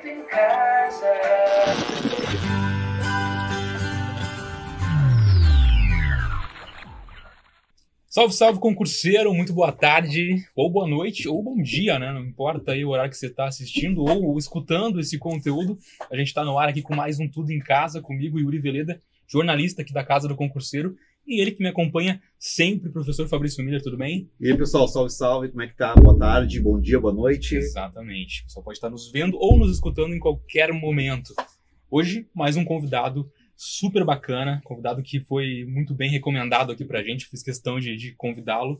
Momento em casa. Salve, salve, concurseiro, muito boa tarde, ou boa noite, ou bom dia, né? Não importa aí o horário que você está assistindo ou escutando esse conteúdo. A gente está no ar aqui com mais um Tudo em Casa, comigo, Yuri Veleda, jornalista aqui da Casa do Concurseiro, e ele que me acompanha sempre, professor Fabrício Miller, tudo bem? E aí, pessoal, salve, salve, como é que tá? Boa tarde, bom dia, boa noite. Exatamente, o pessoal pode estar nos vendo ou nos escutando em qualquer momento. Hoje, mais um convidado super bacana, convidado que foi muito bem recomendado aqui pra gente, fiz questão de convidá-lo.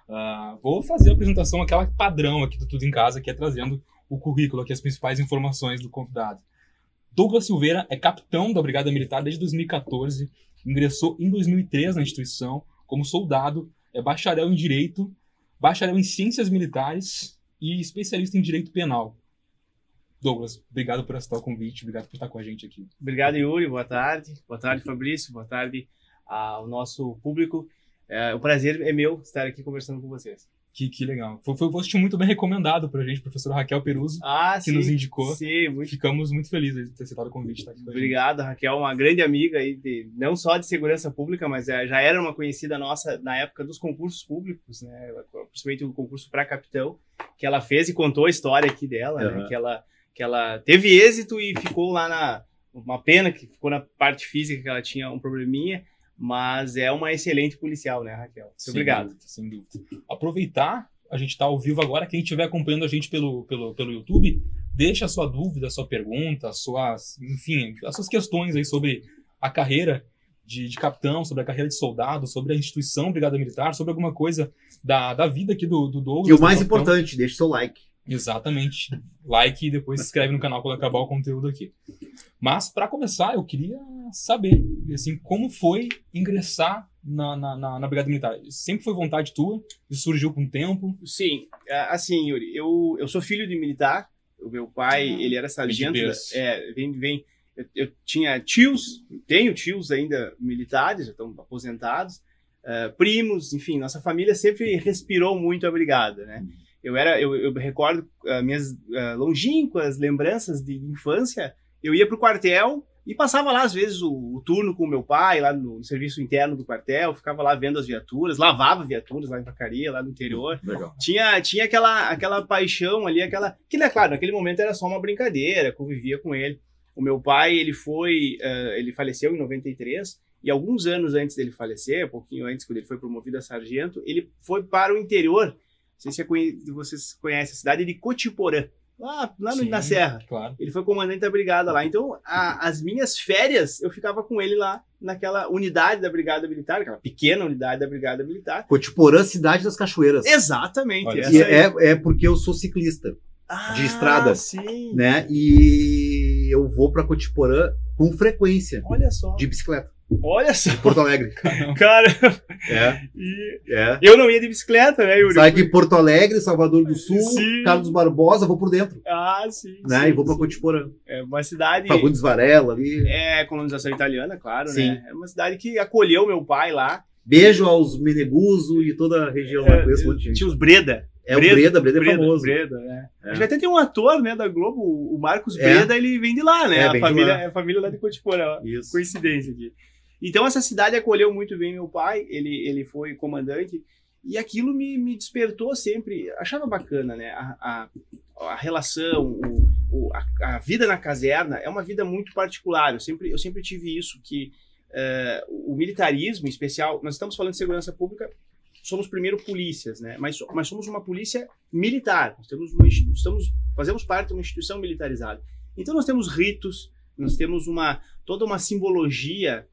Vou fazer a apresentação, aquela padrão aqui do Tudo em Casa, que é trazendo o currículo, aqui as principais informações do convidado. Douglas Silveira é capitão da Brigada Militar desde 2014, ingressou em 2003 na instituição como soldado, é bacharel em Direito, bacharel em Ciências Militares e especialista em Direito Penal. Douglas, obrigado por aceitar o convite, obrigado por estar com a gente aqui. Obrigado, Yuri, boa tarde, Fabrício, boa tarde ao nosso público. O prazer é meu estar aqui conversando com vocês. Que legal. Foi um post muito bem recomendado pra gente, professora Raquel Peruso, que nos indicou. Sim, Ficamos muito felizes de ter aceitado o convite. Tá aqui com Obrigado, Raquel, uma grande amiga aí, não só de segurança pública, mas já era uma conhecida nossa na época dos concursos públicos, né? Principalmente o concurso para capitão, que ela fez e contou a história aqui dela, né? Que ela teve êxito e ficou lá uma pena que ficou na parte física, que ela tinha um probleminha, mas é uma excelente policial, né, Raquel? Muito obrigado. Sem dúvida. Aproveitar, a gente está ao vivo agora, quem estiver acompanhando a gente pelo YouTube, deixa a sua dúvida, a sua pergunta, as suas questões aí sobre a carreira de capitão, sobre a carreira de soldado, sobre a instituição Brigada Militar, sobre alguma coisa da vida aqui do Douglas. E o mais importante, deixa o seu like. Exatamente. Like e depois se inscreve no canal quando acabar o conteúdo aqui. Mas, para começar, eu queria saber, assim, como foi ingressar na Brigada Militar? Sempre foi vontade tua? Isso surgiu com o tempo? Sim. Assim, Yuri, eu sou filho de militar. O meu pai, ele era sargento. Eu tinha tios, tenho tios ainda militares, já estão aposentados, primos, enfim, nossa família sempre respirou muito a Brigada, né? Eu recordo minhas longínquas lembranças de infância. Eu ia pro quartel e passava lá, às vezes, o turno com o meu pai, lá no serviço interno do quartel, ficava lá vendo as viaturas, lavava viaturas lá em Vacaria, lá no interior. Legal. Tinha aquela paixão ali, que, né, claro, naquele momento era só uma brincadeira, convivia com ele. O meu pai, ele faleceu em 93, e alguns anos antes dele falecer, um pouquinho antes, quando ele foi promovido a sargento, ele foi para o interior. Não sei se vocês conhecem a cidade de Cotiporã, lá Sim, na Serra. Claro. Ele foi comandante da brigada lá. Então, as minhas férias, eu ficava com ele lá naquela unidade da Brigada Militar, aquela pequena unidade da Brigada Militar. Cotiporã, cidade das cachoeiras. Exatamente. E é porque eu sou ciclista de estrada, sim. Né? E eu vou para Cotiporã com frequência. Olha só. De bicicleta. Olha só. De Porto Alegre. Cara. Eu não ia de bicicleta, né, Yuri? Sai aqui Porto Alegre, Salvador do Sul, Sim. Carlos Barbosa, vou por dentro. Sim. Né? Sim, e vou para Cotiporã. É uma cidade... Fagundes Varela ali. É colonização italiana, claro, Sim. né? É uma cidade que acolheu meu pai lá. Beijo aos Meneguso e toda a região lá. Tinha os Breda. O Breda é famoso. Breda, né? Acho que até tem um ator, né, da Globo, o Marcos Breda, ele vem de lá, né? A família lá de Cotiporã. Isso. Coincidência aqui. Então essa cidade acolheu muito bem meu pai, ele foi comandante, e aquilo me despertou sempre, achava bacana, né? A relação, a vida na caserna é uma vida muito particular. Eu sempre tive isso, que o militarismo, em especial, nós estamos falando de segurança pública, somos primeiro polícias, né? Mas somos uma polícia militar, fazemos parte de uma instituição militarizada. Então nós temos ritos, nós temos toda uma simbologia,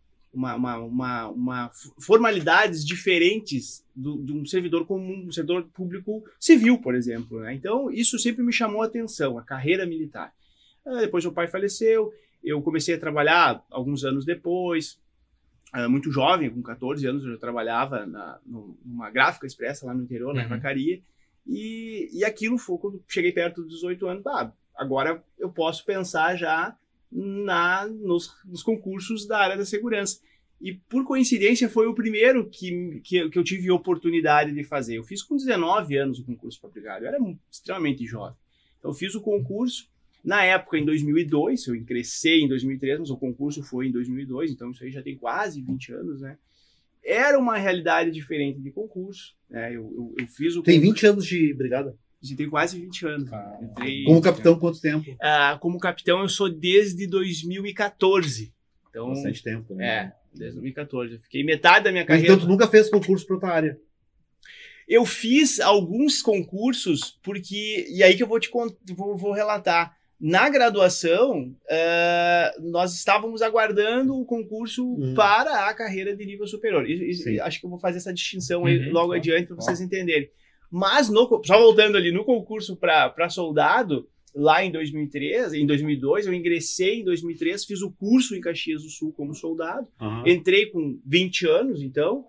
formalidades diferentes de um servidor comum, um servidor público civil, por exemplo, né? Então isso sempre me chamou a atenção, a carreira militar. Depois meu pai faleceu, eu comecei a trabalhar alguns anos depois, muito jovem, com 14 anos eu já trabalhava numa gráfica expressa lá no interior, na Vacaria, e aquilo foi quando cheguei perto dos 18 anos, agora eu posso pensar já nos concursos da área da segurança. E, por coincidência, foi o primeiro que eu tive oportunidade de fazer. Eu fiz com 19 anos o concurso para brigada, eu era extremamente jovem. Então, eu fiz o concurso, Na época, em 2002, eu ingressei em 2003, mas o concurso foi em 2002, então isso aí já tem quase 20 anos, né? Era uma realidade diferente de concurso, né? Eu fiz o Tem concurso. 20 anos de brigada? Já tem quase 20 anos. Como capitão, quanto tempo? Como capitão, eu sou desde 2014. Então, bastante tempo, né? Desde 2014. Eu fiquei metade da minha Mas carreira. então tu nunca fez concurso para outra área? Eu fiz alguns concursos, porque... E aí que eu vou relatar. Na graduação, nós estávamos aguardando o concurso para a carreira de nível superior. Acho que eu vou fazer essa distinção aí logo adiante para vocês entenderem. Mas, só voltando ali, no concurso para soldado, lá em 2002, eu ingressei em 2003, fiz o curso em Caxias do Sul como soldado, entrei com 20 anos, então,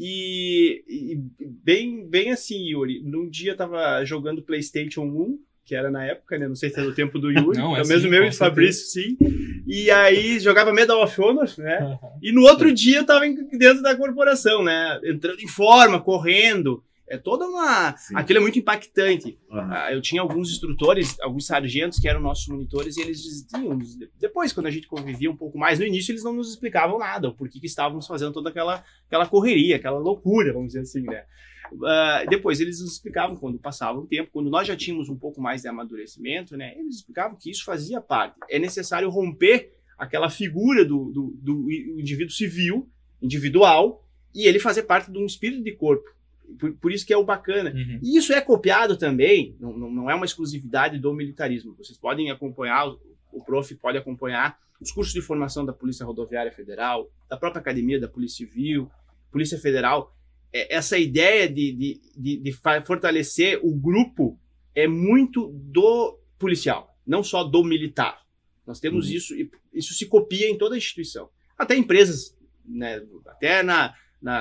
e bem assim, Yuri, num dia eu tava jogando PlayStation 1, que era na época, né? Não sei se era o tempo do Yuri, não, é o mesmo meu e do Fabrício, sim. E aí jogava Medal of Honor, né? E no outro dia eu tava dentro da corporação, né? Entrando em forma, correndo. É toda uma... Sim. Aquilo é muito impactante. Eu tinha alguns instrutores, alguns sargentos que eram nossos monitores, e eles diziam, depois, quando a gente convivia um pouco mais, no início eles não nos explicavam nada, o porquê que estávamos fazendo toda aquela correria, aquela loucura, vamos dizer assim, né? Depois eles nos explicavam, quando passava o tempo, quando nós já tínhamos um pouco mais de amadurecimento, né? Eles explicavam que isso fazia parte. É necessário romper aquela figura do indivíduo civil, individual, e ele fazer parte de um espírito de corpo. Por isso que é o bacana. E isso é copiado também, não é uma exclusividade do militarismo. Vocês podem acompanhar, o prof pode acompanhar os cursos de formação da Polícia Rodoviária Federal, da própria Academia da Polícia Civil, Polícia Federal. Essa ideia de fortalecer o grupo é muito do policial, não só do militar. Nós temos isso, e isso se copia em toda a instituição. Até empresas, né, até na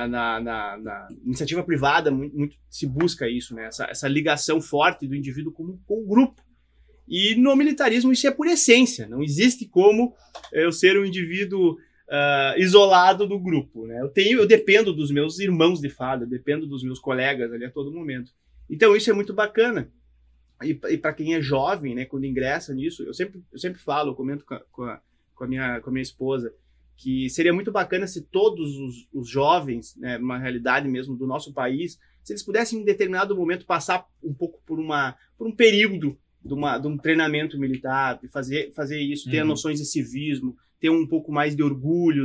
iniciativa privada, muito se busca isso, né? Essa ligação forte do indivíduo com o grupo. E no militarismo isso é por essência, não existe como eu ser um indivíduo isolado do grupo, né? Eu dependo dos meus irmãos de farda, eu dependo dos meus colegas ali a todo momento. Então isso é muito bacana. E para quem é jovem, né, quando ingressa nisso, eu sempre falo, eu comento com a minha esposa, que seria muito bacana se todos os jovens, né, numa realidade mesmo do nosso país, se eles pudessem em determinado momento passar um pouco por um período de um treinamento militar, e fazer isso, ter noções de civismo, ter um pouco mais de orgulho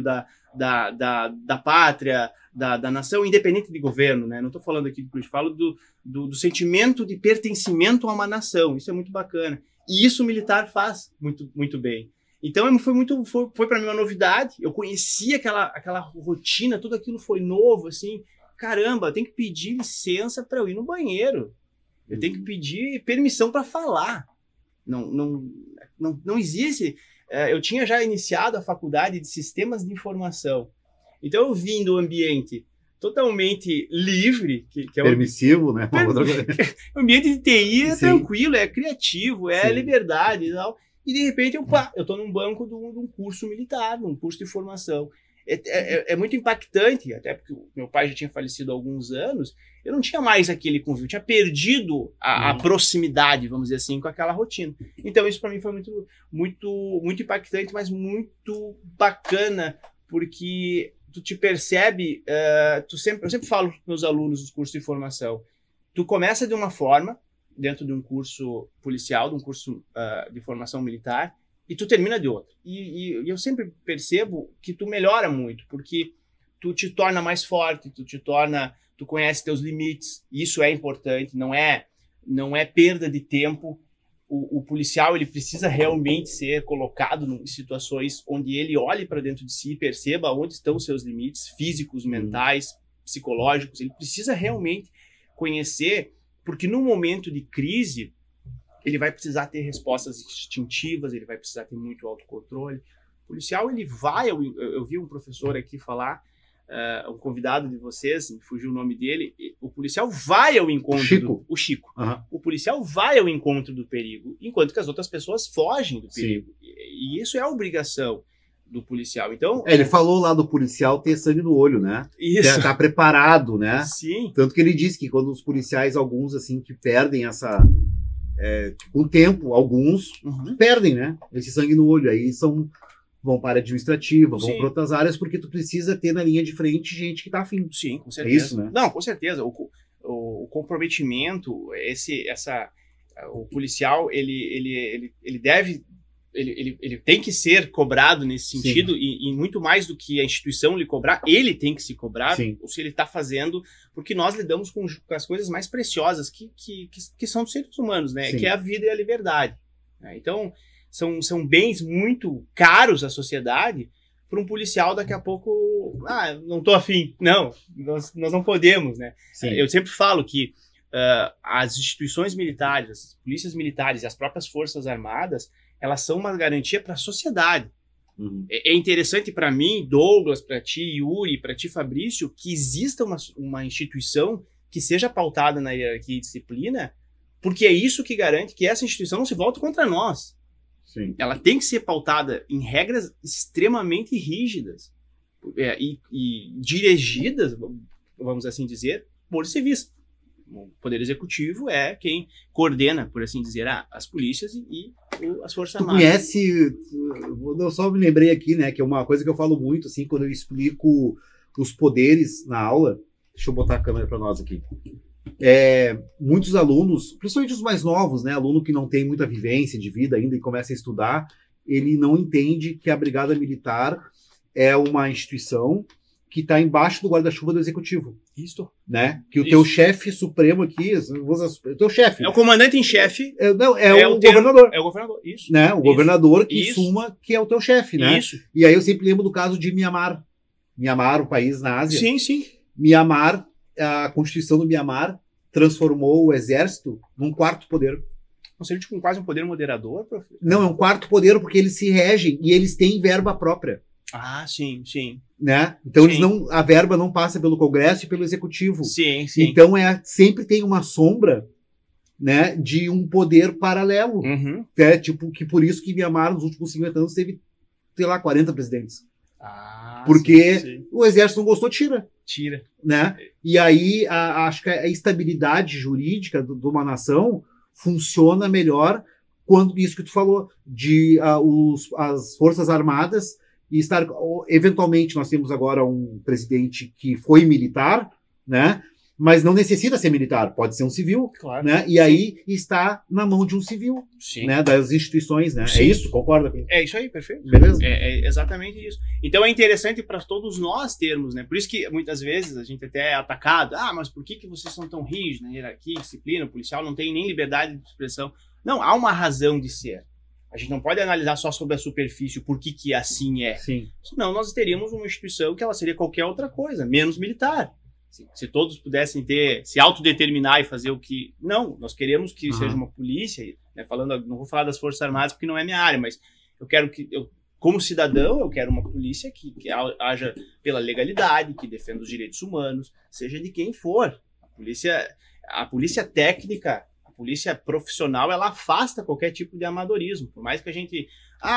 da pátria, da nação, independente de governo, né? Não estou falando aqui do falo do sentimento de pertencimento a uma nação. Isso é muito bacana. E isso o militar faz muito, muito bem. Então foi para mim uma novidade. Eu conhecia aquela rotina, tudo aquilo foi novo, assim. Caramba, eu tenho que pedir licença para eu ir no banheiro. Eu tenho que pedir permissão para falar. Não existe. Eu tinha já iniciado a faculdade de Sistemas de Informação. Então eu vim do ambiente totalmente livre, que é permissivo, né? O ambiente de TI é tranquilo, é criativo, é liberdade e tal. E de repente eu tô num banco de um curso militar, num curso de formação. É muito impactante, até porque meu pai já tinha falecido há alguns anos, eu não tinha mais aquele convívio, eu tinha perdido a proximidade, vamos dizer assim, com aquela rotina. Então isso para mim foi muito, muito, muito impactante, mas muito bacana, porque tu te percebe, eu sempre falo para os meus alunos dos cursos de formação, tu começa de uma forma, dentro de um curso policial, de um curso de formação militar, e tu termina de outra. E eu sempre percebo que tu melhora muito, porque tu te torna mais forte, tu conhece teus limites, isso é importante, não é perda de tempo. O policial, ele precisa realmente ser colocado em situações onde ele olhe para dentro de si e perceba onde estão os seus limites físicos, mentais, psicológicos. Ele precisa realmente conhecer, porque no momento de crise, ele vai precisar ter respostas instintivas, ele vai precisar ter muito autocontrole. O policial, ele vai... Eu vi um professor aqui falar, um convidado de vocês, me fugiu o nome dele, o policial vai ao encontro o Chico. O policial vai ao encontro do perigo, enquanto que as outras pessoas fogem do perigo. E isso é a obrigação do policial. Então, ele falou lá do policial ter sangue no olho, né? Isso. Tá preparado, né? Sim. Tanto que ele disse que quando os policiais, alguns assim, que perdem Com o tempo, alguns perdem, né? Esse sangue no olho. Aí vão para a administrativa, vão para outras áreas, porque tu precisa ter na linha de frente gente que tá afim. Sim, com certeza. É isso, né? Não, com certeza. O comprometimento, o policial, ele tem que ser cobrado nesse sentido, e muito mais do que a instituição lhe cobrar, ele tem que se cobrar, ou se ele está fazendo, porque nós lidamos com as coisas mais preciosas que são dos seres humanos, né? Que é a vida e a liberdade. Né? Então, são bens muito caros à sociedade. Para um policial, daqui a pouco, não tô afim. Não, nós não podemos, né? Eu sempre falo que as instituições militares, as polícias militares e as próprias forças armadas, elas são uma garantia para a sociedade. É interessante para mim, Douglas, para ti, Yuri, para ti, Fabrício, que exista uma instituição que seja pautada na hierarquia e disciplina, porque é isso que garante que essa instituição não se volte contra nós. Sim. Ela tem que ser pautada em regras extremamente rígidas e dirigidas, vamos assim dizer, por civis. O Poder Executivo é quem coordena, por assim dizer, as polícias e as Forças Armadas. Tu conhece, eu só me lembrei aqui, né, que é uma coisa que eu falo muito, assim, quando eu explico os poderes na aula. Deixa eu botar a câmera para nós aqui. Muitos alunos, principalmente os mais novos, né, aluno que não tem muita vivência de vida ainda e começa a estudar, ele não entende que a Brigada Militar é uma instituição que está embaixo do guarda-chuva do Executivo. Isso. Né? Que o teu chefe supremo aqui, o teu chefe. É o comandante em chefe. É o governador. É o governador, isso. Né? O governador que suma que é o teu chefe, né? Isso. E aí eu sempre lembro do caso de Mianmar. Mianmar, o país na Ásia. Sim, sim. Mianmar, a Constituição do Mianmar transformou o exército num quarto poder. Não seria tipo quase um poder moderador, prof? Não, é um quarto poder porque eles se regem e eles têm verba própria. Ah, sim, sim. Né? Então a verba não passa pelo Congresso e pelo Executivo. Sim, sim. Então sempre tem uma sombra, né, de um poder paralelo. Tipo, que por isso que Mianmar nos últimos 50 anos teve, sei lá, 40 presidentes. Porque o exército não gostou, tira. Né? E aí acho que a estabilidade jurídica de uma nação funciona melhor quando isso que tu falou, de as Forças Armadas e estar. Eventualmente, nós temos agora um presidente que foi militar, né? Mas não necessita ser militar, pode ser um civil, claro, né? E aí está na mão de um civil, né? Das instituições, né? Sim. É isso? Concorda? É isso aí, perfeito. Beleza? É exatamente isso. Então é interessante para todos nós termos, né? Por isso que muitas vezes a gente até é atacado. Mas por que vocês são tão rígidos na hierarquia, disciplina, o policial não tem nem liberdade de expressão? Não, há uma razão de ser. A gente não pode analisar só sobre a superfície por que assim é. Sim. Senão nós teríamos uma instituição que ela seria qualquer outra coisa, menos militar. Se todos pudessem se autodeterminar e fazer o que... Não, nós queremos que seja uma polícia, né, não vou falar das Forças Armadas porque não é minha área, mas eu quero como cidadão, eu quero uma polícia que haja pela legalidade, que defenda os direitos humanos, seja de quem for. A polícia técnica, a polícia profissional, ela afasta qualquer tipo de amadorismo. Por mais que a gente...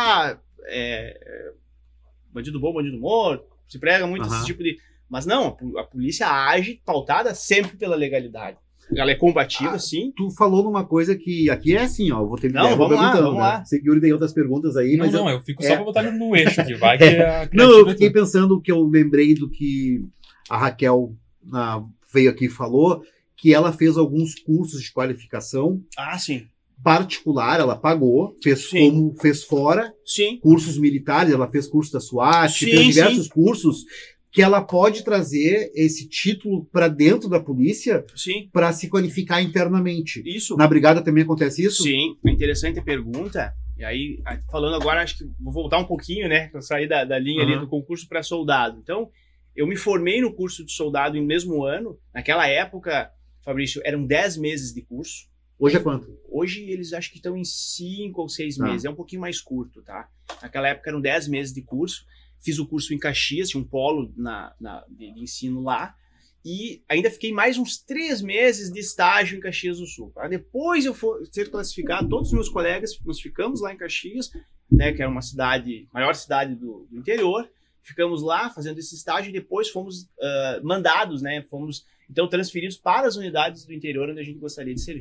bandido bom, bandido morto, se prega muito esse tipo de... Mas não, a polícia age pautada sempre pela legalidade. Ela é combativa, sim. Tu falou numa coisa que aqui é assim, ó. Eu vou ter vamos lá. Sei que o Yuri tem outras perguntas aí, mas. Eu fico só pra botar ele no eixo aqui, vai que Não, eu fiquei pensando que eu lembrei do que a Raquel veio aqui e falou, que ela fez alguns cursos de qualificação. Sim. Particular, ela pagou, fez fora. Sim. Cursos militares, ela fez curso da SWAT, fez diversos cursos. Que ela pode trazer esse título para dentro da polícia para se qualificar internamente. Isso. Na brigada também acontece isso? Sim, é interessante a pergunta. E aí, falando agora, acho que vou voltar um pouquinho, né? Para sair da linha ali do concurso para soldado. Então, eu me formei no curso de soldado no mesmo ano. Naquela época, Fabrício, eram 10 meses de curso. Hoje é quanto? Hoje eles acho que estão em 5 ou 6 meses. É um pouquinho mais curto, tá? Naquela época eram 10 meses de curso. Fiz o curso em Caxias, tinha um polo de ensino lá, e ainda fiquei mais uns 3 meses de estágio em Caxias do Sul. Para depois eu ser classificado, todos os meus colegas, nós ficamos lá em Caxias, né, que era uma maior cidade do interior, ficamos lá fazendo esse estágio e depois fomos mandados, né, fomos então transferidos para as unidades do interior onde a gente gostaria de servir.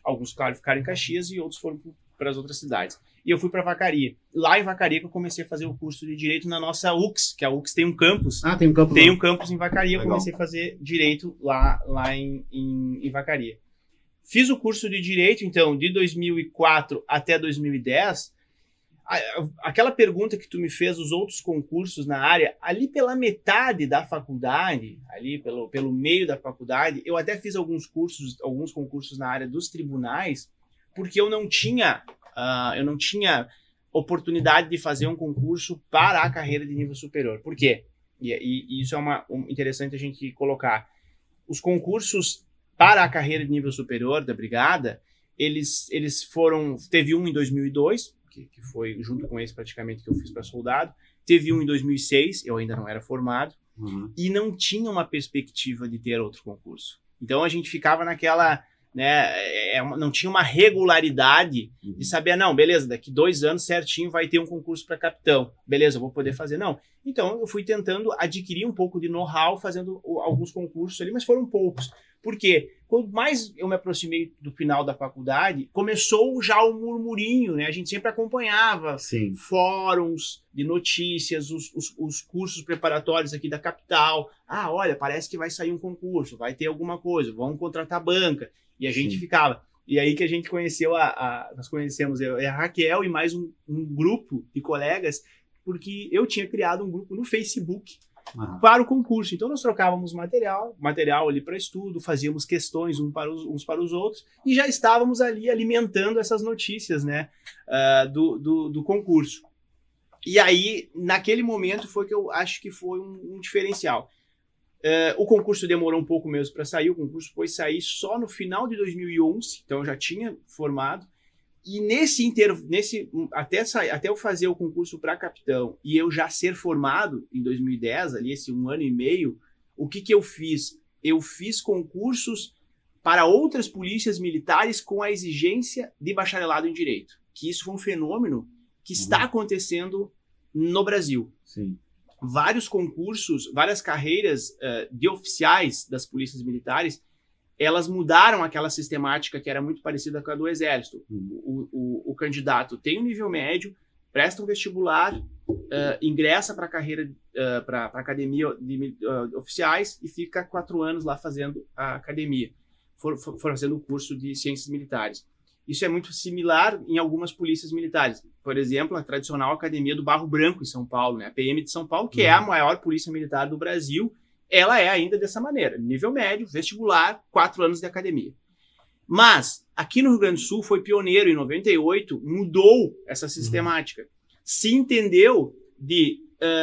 Alguns, claro, ficaram em Caxias e outros foram para as outras cidades. E eu fui para Vacaria. Lá em Vacaria que eu comecei a fazer o curso de Direito na nossa UX, que a UX tem um campus. Tem um campus. Tem um campus em Vacaria. Eu comecei a fazer Direito lá em Vacaria. Fiz o curso de Direito, então, de 2004 até 2010. Aquela pergunta que tu me fez, os outros concursos na área, ali pela metade da faculdade, ali pelo meio da faculdade, eu até fiz alguns concursos na área dos tribunais, porque eu não tinha oportunidade de fazer um concurso para a carreira de nível superior. Por quê? E isso é interessante a gente colocar. Os concursos para a carreira de nível superior da Brigada, teve um em 2002, que foi junto com esse praticamente que eu fiz para soldado, teve um em 2006, eu ainda não era formado, e não tinha uma perspectiva de ter outro concurso. Então a gente ficava naquela, né, não tinha uma regularidade de saber, não, beleza, daqui 2 anos certinho vai ter um concurso para capitão, beleza, eu vou poder fazer, não. Então eu fui tentando adquirir um pouco de know-how fazendo alguns concursos ali, mas foram poucos. Por quê? Quanto mais eu me aproximei do final da faculdade, começou já o murmurinho, né? A gente sempre acompanhava fóruns de notícias, os cursos preparatórios aqui da capital. Olha, parece que vai sair um concurso, vai ter alguma coisa, vão contratar banca. E a gente ficava. E aí que a gente conheceu, nós conhecemos a Raquel e mais um grupo de colegas, porque eu tinha criado um grupo no Facebook para o concurso. Então nós trocávamos material ali para estudo, fazíamos questões uns para os outros e já estávamos ali alimentando essas notícias, né, do concurso. E aí, naquele momento, foi que eu acho que foi um diferencial. O concurso demorou um pouco mesmo para sair, o concurso foi sair só no final de 2011, então eu já tinha formado. E até eu fazer o concurso para capitão e eu já ser formado em 2010, ali esse 1 ano e meio, o que eu fiz? Eu fiz concursos para outras polícias militares com a exigência de bacharelado em Direito. Que isso foi um fenômeno que está acontecendo no Brasil. Sim. Vários concursos, várias carreiras de oficiais das polícias militares, elas mudaram aquela sistemática que era muito parecida com a do Exército. O candidato tem um nível médio, presta um vestibular, ingressa para a carreira, para a academia de oficiais e fica 4 anos lá fazendo a academia, fazendo o curso de ciências militares. Isso é muito similar em algumas polícias militares. Por exemplo, a tradicional Academia do Barro Branco em São Paulo, né? A PM de São Paulo, que é a maior polícia militar do Brasil, ela é ainda dessa maneira, nível médio, vestibular, 4 anos de academia. Mas, aqui no Rio Grande do Sul, foi pioneiro, em 98, mudou essa sistemática. Se entendeu de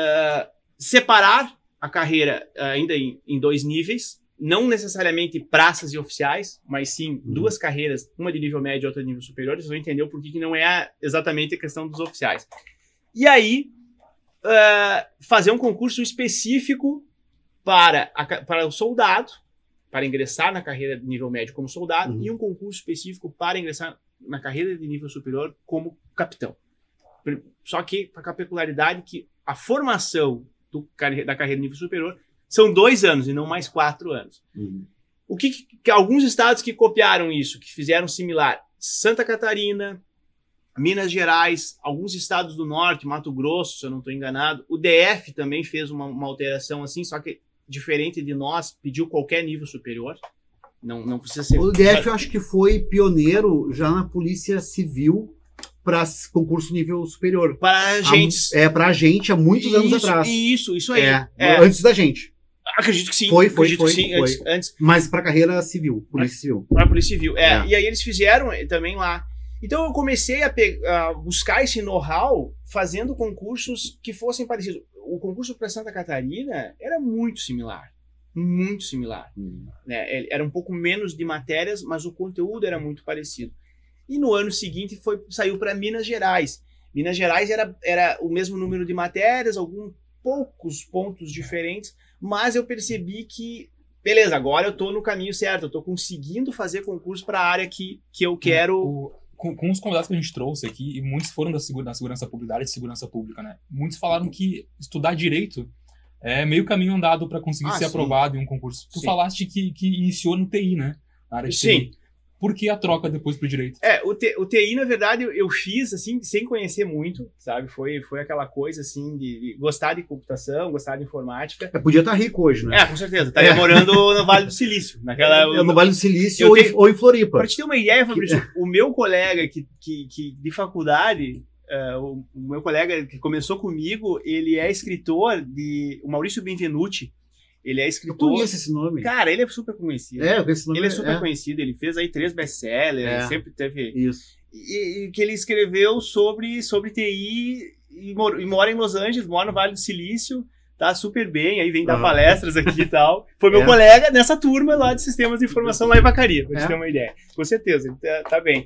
separar a carreira ainda em 2 níveis, não necessariamente praças e oficiais, mas sim 2 carreiras, uma de nível médio e outra de nível superior. Vocês vão entender o porquê que não é exatamente a questão dos oficiais. E aí, fazer um concurso específico para o soldado, para ingressar na carreira de nível médio como soldado, e um concurso específico para ingressar na carreira de nível superior como capitão. Só que com a peculiaridade que a formação da carreira de nível superior são 2 anos e não mais 4 anos. O que alguns estados que copiaram isso, que fizeram similar, Santa Catarina, Minas Gerais, alguns estados do norte, Mato Grosso, se eu não estou enganado, o DF também fez uma alteração assim, só que diferente de nós, pediu qualquer nível superior. Não precisa ser... O DF eu acho que foi pioneiro já na Polícia Civil para concurso nível superior. Para agentes. Para a gente há muitos anos atrás. Isso aí. Antes da gente. Acredito que sim. Foi. Antes. Mas para carreira civil, Polícia Civil. Para a Polícia Civil, E aí eles fizeram também lá. Então eu comecei a buscar esse know-how fazendo concursos que fossem parecidos. O concurso para Santa Catarina era muito similar. Muito similar. Né? Era um pouco menos de matérias, mas o conteúdo era muito parecido. E no ano seguinte saiu para Minas Gerais. Minas Gerais era o mesmo número de matérias, alguns poucos pontos diferentes, mas eu percebi que, beleza, agora eu estou no caminho certo, eu estou conseguindo fazer concurso para a área que eu quero... Com os convidados que a gente trouxe aqui, e muitos foram da segurança pública, da área de segurança pública, né? Muitos falaram que estudar direito é meio caminho andado para conseguir ser aprovado em um concurso. Tu falaste que iniciou no TI, né? Na área de TI. Por que a troca depois pro direito? O TI, na verdade, eu fiz, assim, sem conhecer muito, sabe? Foi aquela coisa, assim, de gostar de computação, gostar de informática. Podia estar rico hoje, né? Com certeza. Estaria morando no Vale do Silício. No Vale do Silício ou em Floripa. Pra te ter uma ideia, Fabrício, o meu colega que de faculdade, o meu colega que começou comigo, ele é escritor o Maurício Benvenuti. Ele é escritor. Eu conheço esse nome. Cara, ele é super conhecido. Esse nome ele é super conhecido. Ele fez aí 3 best-sellers. Sempre teve. Isso. E que ele escreveu sobre TI e mora em Los Angeles, mora no Vale do Silício. Tá super bem. Aí vem dar palestras aqui e tal. Foi meu colega nessa turma lá de sistemas de informação lá em Vacaria, pra te ter uma ideia. Com certeza, ele tá bem.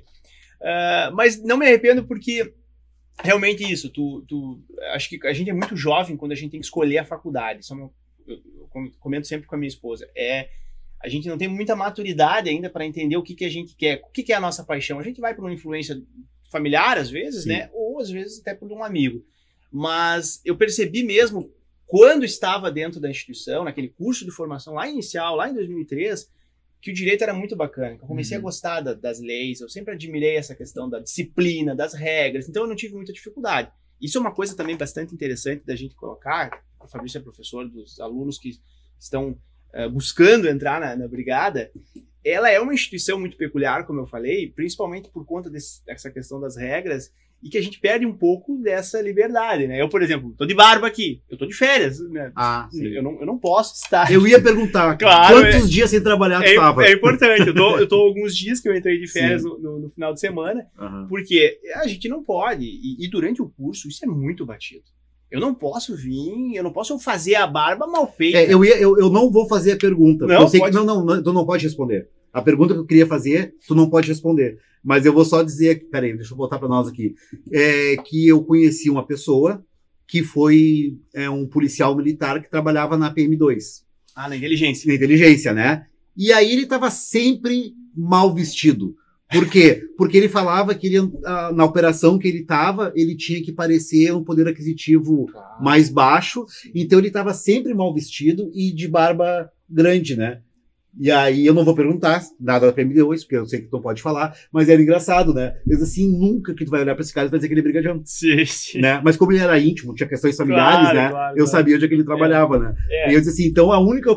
Mas não me arrependo porque realmente isso. Acho que a gente é muito jovem quando a gente tem que escolher a faculdade. Isso é eu comento sempre com a minha esposa, a gente não tem muita maturidade ainda para entender o que a gente quer, o que é a nossa paixão. A gente vai por uma influência familiar, às vezes, né? Ou às vezes até por um amigo. Mas eu percebi mesmo, quando estava dentro da instituição, naquele curso de formação lá inicial, lá em 2003, que o direito era muito bacana. Eu comecei a gostar das leis, eu sempre admirei essa questão da disciplina, das regras, então eu não tive muita dificuldade. Isso é uma coisa também bastante interessante da gente colocar. O Fabrício é professor dos alunos que estão buscando entrar na brigada. Ela é uma instituição muito peculiar, como eu falei, principalmente por conta dessa questão das regras, e que a gente perde um pouco dessa liberdade, né? Eu, por exemplo, tô de barba aqui, eu tô de férias, né? Eu não posso estar... Eu ia perguntar, claro, quantos dias sem trabalhar tu estava? É importante, eu tô alguns dias que eu entrei de férias no final de semana, porque a gente não pode, e durante o curso isso é muito batido. Eu não posso fazer a barba mal feita. Eu não vou fazer a pergunta. Não, eu sei que tu não pode responder. A pergunta que eu queria fazer, tu não pode responder. Mas eu vou só dizer, peraí, deixa eu botar para nós aqui, que eu conheci uma pessoa que foi um policial militar que trabalhava na PM2. Na inteligência. Na inteligência, né? E aí ele estava sempre mal vestido. Por quê? Porque ele falava que na operação que ele estava, ele tinha que parecer um poder aquisitivo mais baixo, então ele estava sempre mal vestido e de barba grande, né? E aí eu não vou perguntar nada da PM2, porque eu sei que tu não pode falar, mas era engraçado, né? Mas assim, nunca que tu vai olhar pra esse cara e vai dizer que ele é brigadiano. Sim. Né? Mas como ele era íntimo, tinha questões familiares, né? Eu sabia onde é que ele trabalhava, né? E eu disse assim, então a única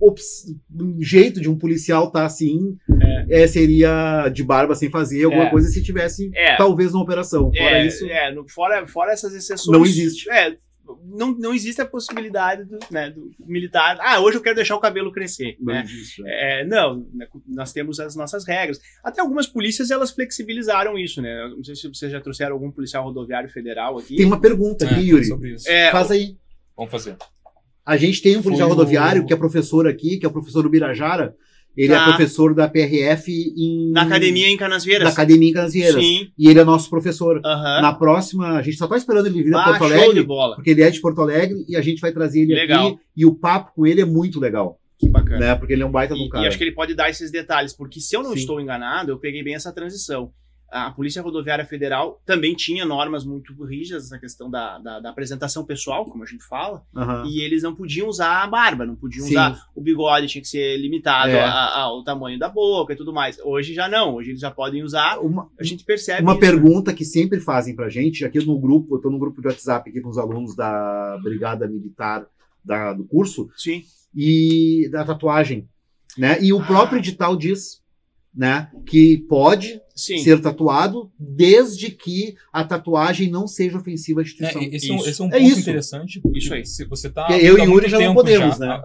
jeito de um policial estar assim seria de barba sem fazer alguma coisa se tivesse talvez uma operação. Fora isso... Fora essas exceções... Não existe. Não existe a possibilidade do militar. Hoje eu quero deixar o cabelo crescer. Não né? existe. Não, nós temos as nossas regras. Até algumas polícias elas flexibilizaram isso, né? Não sei se vocês já trouxeram algum policial rodoviário federal aqui. Tem uma pergunta aqui, Yuri. Sobre isso. Faz aí. Vamos fazer. A gente tem um policial rodoviário que é professor aqui, que é o professor Ubirajara. Ele é professor da PRF na academia em Canasvieiras. Na academia em Canasvieiras. Sim. E ele é nosso professor. Na próxima, a gente só tá esperando ele vir a Porto Alegre. Show de bola. Porque ele é de Porto Alegre e a gente vai trazer ele aqui. E o papo com ele é muito legal. Que bacana. Né? Porque ele é um baita de um cara. E acho que ele pode dar esses detalhes, porque se eu não estou enganado, eu peguei bem essa transição. A Polícia Rodoviária Federal também tinha normas muito rígidas na questão da apresentação pessoal, como a gente fala, e eles não podiam usar a barba, não podiam usar o bigode, tinha que ser limitado ao tamanho da boca e tudo mais. Hoje já não, hoje eles já podem usar, a gente percebe uma isso, pergunta que sempre fazem pra gente, aqui no grupo, eu estou no grupo de WhatsApp aqui com os alunos da Brigada Militar do curso, e da tatuagem, né? E o próprio edital diz, né, que pode ser tatuado desde que a tatuagem não seja ofensiva à instituição. Esse é um ponto interessante. Isso aí. Se você tá eu e o Yuri já não podemos, né?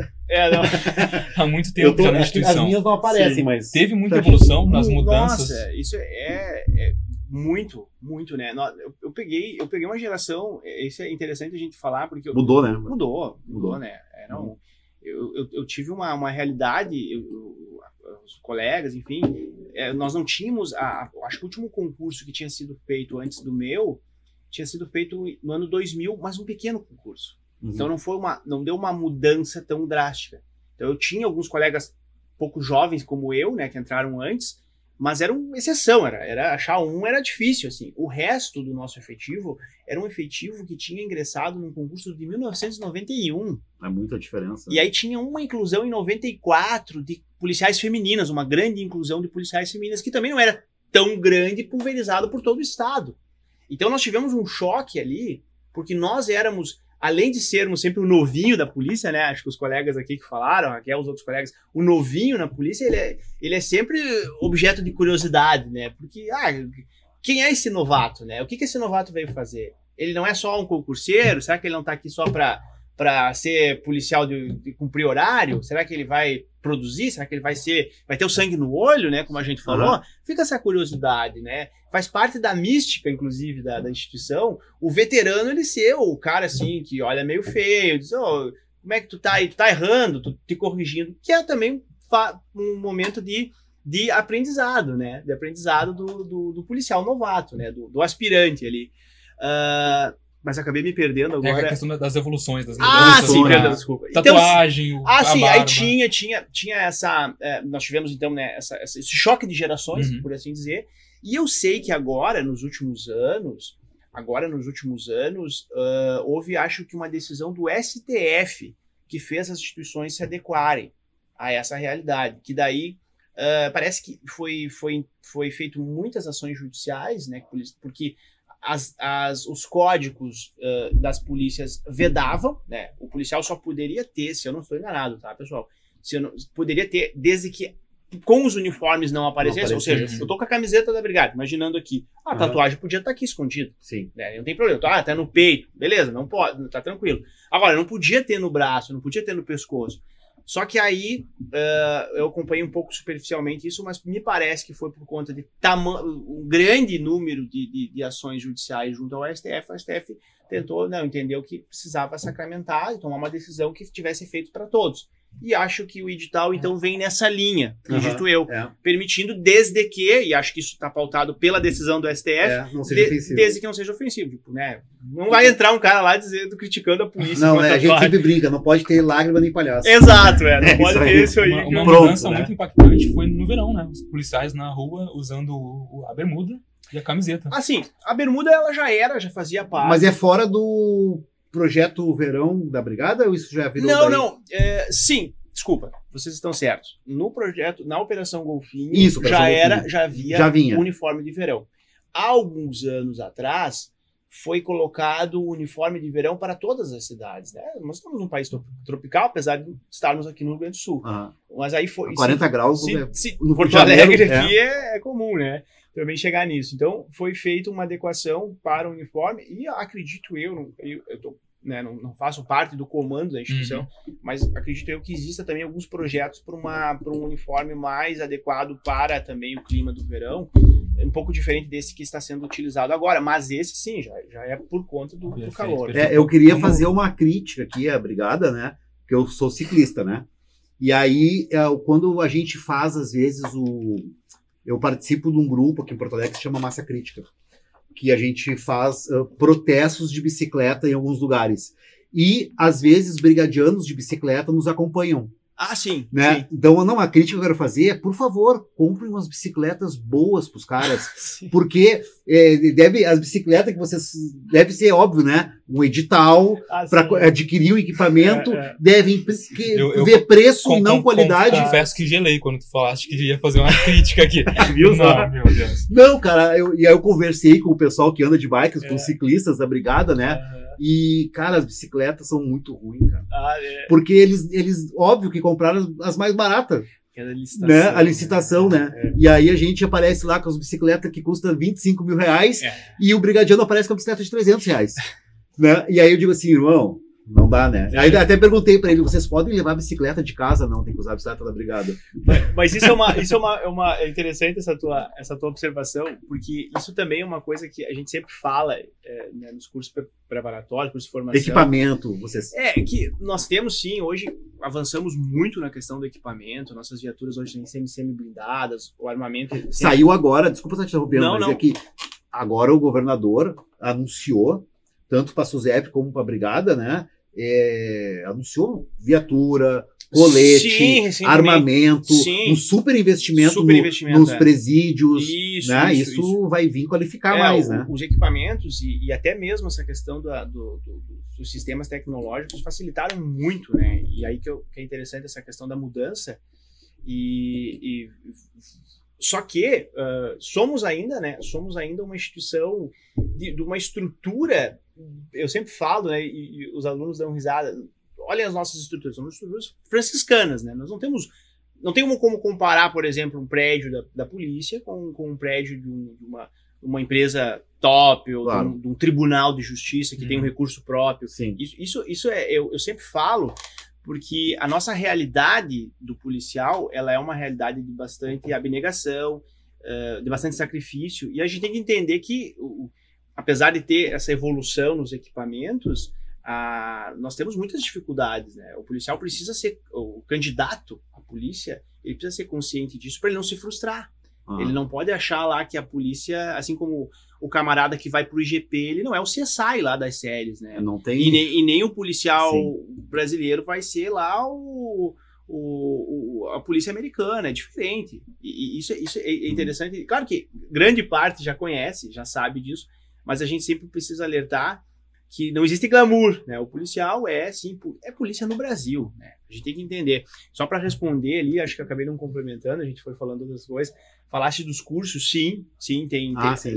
Há muito tempo já na instituição. As minhas não aparecem, mas... Teve muita evolução nas mudanças. Nossa, isso é muito, muito, né? Eu peguei uma geração, isso é interessante a gente falar, porque... Mudou, né? Mudou, né? Eu tive uma realidade... os colegas, enfim, nós não tínhamos, acho que o último concurso que tinha sido feito antes do meu, tinha sido feito no ano 2000, mas um pequeno concurso. Então não deu uma mudança tão drástica. Então eu tinha alguns colegas pouco jovens como eu, né, que entraram antes, mas era uma exceção, achar um era difícil, assim. O resto do nosso efetivo era um efetivo que tinha ingressado num concurso de 1991. É muita diferença. E aí tinha uma inclusão em 94 de policiais femininas, uma grande inclusão de policiais femininas, que também não era tão grande, pulverizado por todo o estado. Então nós tivemos um choque ali, porque nós éramos, além de sermos sempre o novinho da polícia, né? Acho que os colegas aqui que falaram, aqui os outros colegas, o novinho na polícia, ele é sempre objeto de curiosidade, né? Porque, quem é esse novato, né? O que esse novato veio fazer? Ele não é só um concurseiro? Será que ele não está aqui só para ser policial de cumprir horário? Será que ele vai produzir? Será que ele vai ter o sangue no olho, né? Como a gente falou? Fica essa curiosidade, né? Faz parte da mística, inclusive, da instituição, o veterano ele ser o cara, assim, que olha meio feio, diz, como é que tu tá aí? Tu tá errando, tu te corrigindo, que é também um momento de aprendizado, né? De aprendizado do policial novato, né? Do aspirante ali. Mas acabei me perdendo agora. É a questão das evoluções, das mudanças. Sim, perdão, desculpa. Tatuagem, sim, aí tinha essa... nós tivemos, então, né, esse choque de gerações, por assim dizer, e eu sei que agora, nos últimos anos, houve, acho que, uma decisão do STF que fez as instituições se adequarem a essa realidade, que daí parece que foi feito muitas ações judiciais, né, porque os códigos das polícias vedavam, né? O policial só poderia ter, se eu não estou enganado, tá, pessoal? Poderia ter, desde que com os uniformes não aparecessem, ou seja, eu tô com a camiseta da brigada, imaginando aqui, a tatuagem podia estar aqui escondida. Sim. Né? Não tem problema, tá no peito, beleza, não pode, tá tranquilo. Agora, não podia ter no braço, não podia ter no pescoço. Só que aí, eu acompanhei um pouco superficialmente isso, mas me parece que foi por conta de um grande número de ações judiciais junto ao STF. O STF tentou, entendeu que precisava sacramentar e tomar uma decisão que tivesse efeito para todos. E acho que o edital, então, vem nessa linha, acredito eu, permitindo desde que, e acho que isso está pautado pela decisão do STF, desde que não seja ofensivo. Tipo, né? Não vai entrar um cara lá criticando a polícia. Não, a gente sempre brinca, não pode ter lágrima nem palhaço. Exato, não pode ter isso aí. Uma mudança muito impactante foi no verão, né? Os policiais na rua usando a bermuda e a camiseta. Assim, a bermuda ela já fazia parte. Mas é fora do projeto Verão da Brigada ou isso já virou? Não. Sim, desculpa, vocês estão certos. No projeto, na Operação Golfinho, já havia uniforme de verão. Há alguns anos atrás, foi colocado o uniforme de verão para todas as cidades, né? Nós estamos num país tropical, apesar de estarmos aqui no Rio Grande do Sul. Mas aí foi... 40 graus no Porto Alegre aqui é comum, né? Também chegar nisso. Então, foi feita uma adequação para o uniforme e acredito eu não faço parte do comando da instituição, mas acredito eu que exista também alguns projetos para um uniforme mais adequado para também o clima do verão, um pouco diferente desse que está sendo utilizado agora, mas esse sim, já é por conta do calor. Eu queria fazer uma crítica aqui à Brigada, né? Porque eu sou ciclista, né? E aí, quando a gente faz, às vezes, eu participo de um grupo aqui em Porto Alegre que se chama Massa Crítica, que a gente faz protestos de bicicleta em alguns lugares. E, às vezes, brigadianos de bicicleta nos acompanham. Sim. Né? Sim. Então, a crítica que eu quero fazer é, por favor, comprem umas bicicletas boas pros caras. Porque as bicicletas que vocês... Deve ser óbvio, né? Um edital para adquirir um equipamento, devem ver preço e não qualidade. Confesso que gelei quando tu falaste que ia fazer uma crítica aqui. Viu? Não, meu Deus. Não, cara, e aí eu conversei com o pessoal que anda de bikes, com os ciclistas da Brigada, né? E, cara, as bicicletas são muito ruins, cara. Porque eles, óbvio que compraram as mais baratas. A licitação, né? E aí a gente aparece lá com as bicicletas que custam 25 mil reais e o brigadiano aparece com a bicicleta de 300 reais. Né? E aí eu digo assim, irmão, não dá, né? Aí até perguntei pra ele, vocês podem levar a bicicleta de casa? Não, tem que usar a bicicleta da Brigada. Mas isso é interessante essa tua observação, porque isso também é uma coisa que a gente sempre fala né, nos cursos preparatórios, cursos de formação. Equipamento, vocês... que nós temos sim, hoje avançamos muito na questão do equipamento, nossas viaturas hoje têm semi-blindadas, o armamento... Saiu agora, desculpa estar te interrompendo, mas é que agora o governador anunciou, tanto para a SUSEP como para a Brigada, né, anunciou viatura, colete, armamento, um super investimento nos presídios. Isso vai vir qualificar mais, né? Os equipamentos e até mesmo essa questão dos sistemas tecnológicos facilitaram muito, né? E aí que é interessante essa questão da mudança. Só que somos ainda uma instituição de uma estrutura. Eu sempre falo, né? E os alunos dão risada. Olhem as nossas estruturas, são estruturas franciscanas, né? Nós não temos como comparar, por exemplo, um prédio da polícia com um prédio de uma empresa top ou de um tribunal de justiça que tem um recurso próprio. Sim. Isso eu sempre falo, porque a nossa realidade do policial, ela é uma realidade de bastante abnegação, de bastante sacrifício, e a gente tem que entender que, apesar de ter essa evolução nos equipamentos, nós temos muitas dificuldades, né? O policial precisa ser, o candidato à polícia, ele precisa ser consciente disso para ele não se frustrar. Ele não pode achar lá que a polícia, assim como o camarada que vai pro IGP, ele não é o CSI lá das séries, né? Não tem... E nem o policial brasileiro vai ser lá a polícia americana, é diferente. E isso é interessante. Claro que grande parte já conhece, já sabe disso, mas a gente sempre precisa alertar que não existe glamour, né? O policial é polícia no Brasil, né? A gente tem que entender. Só para responder ali, acho que eu acabei não complementando, a gente foi falando outras coisas. Falaste dos cursos, sim, tem.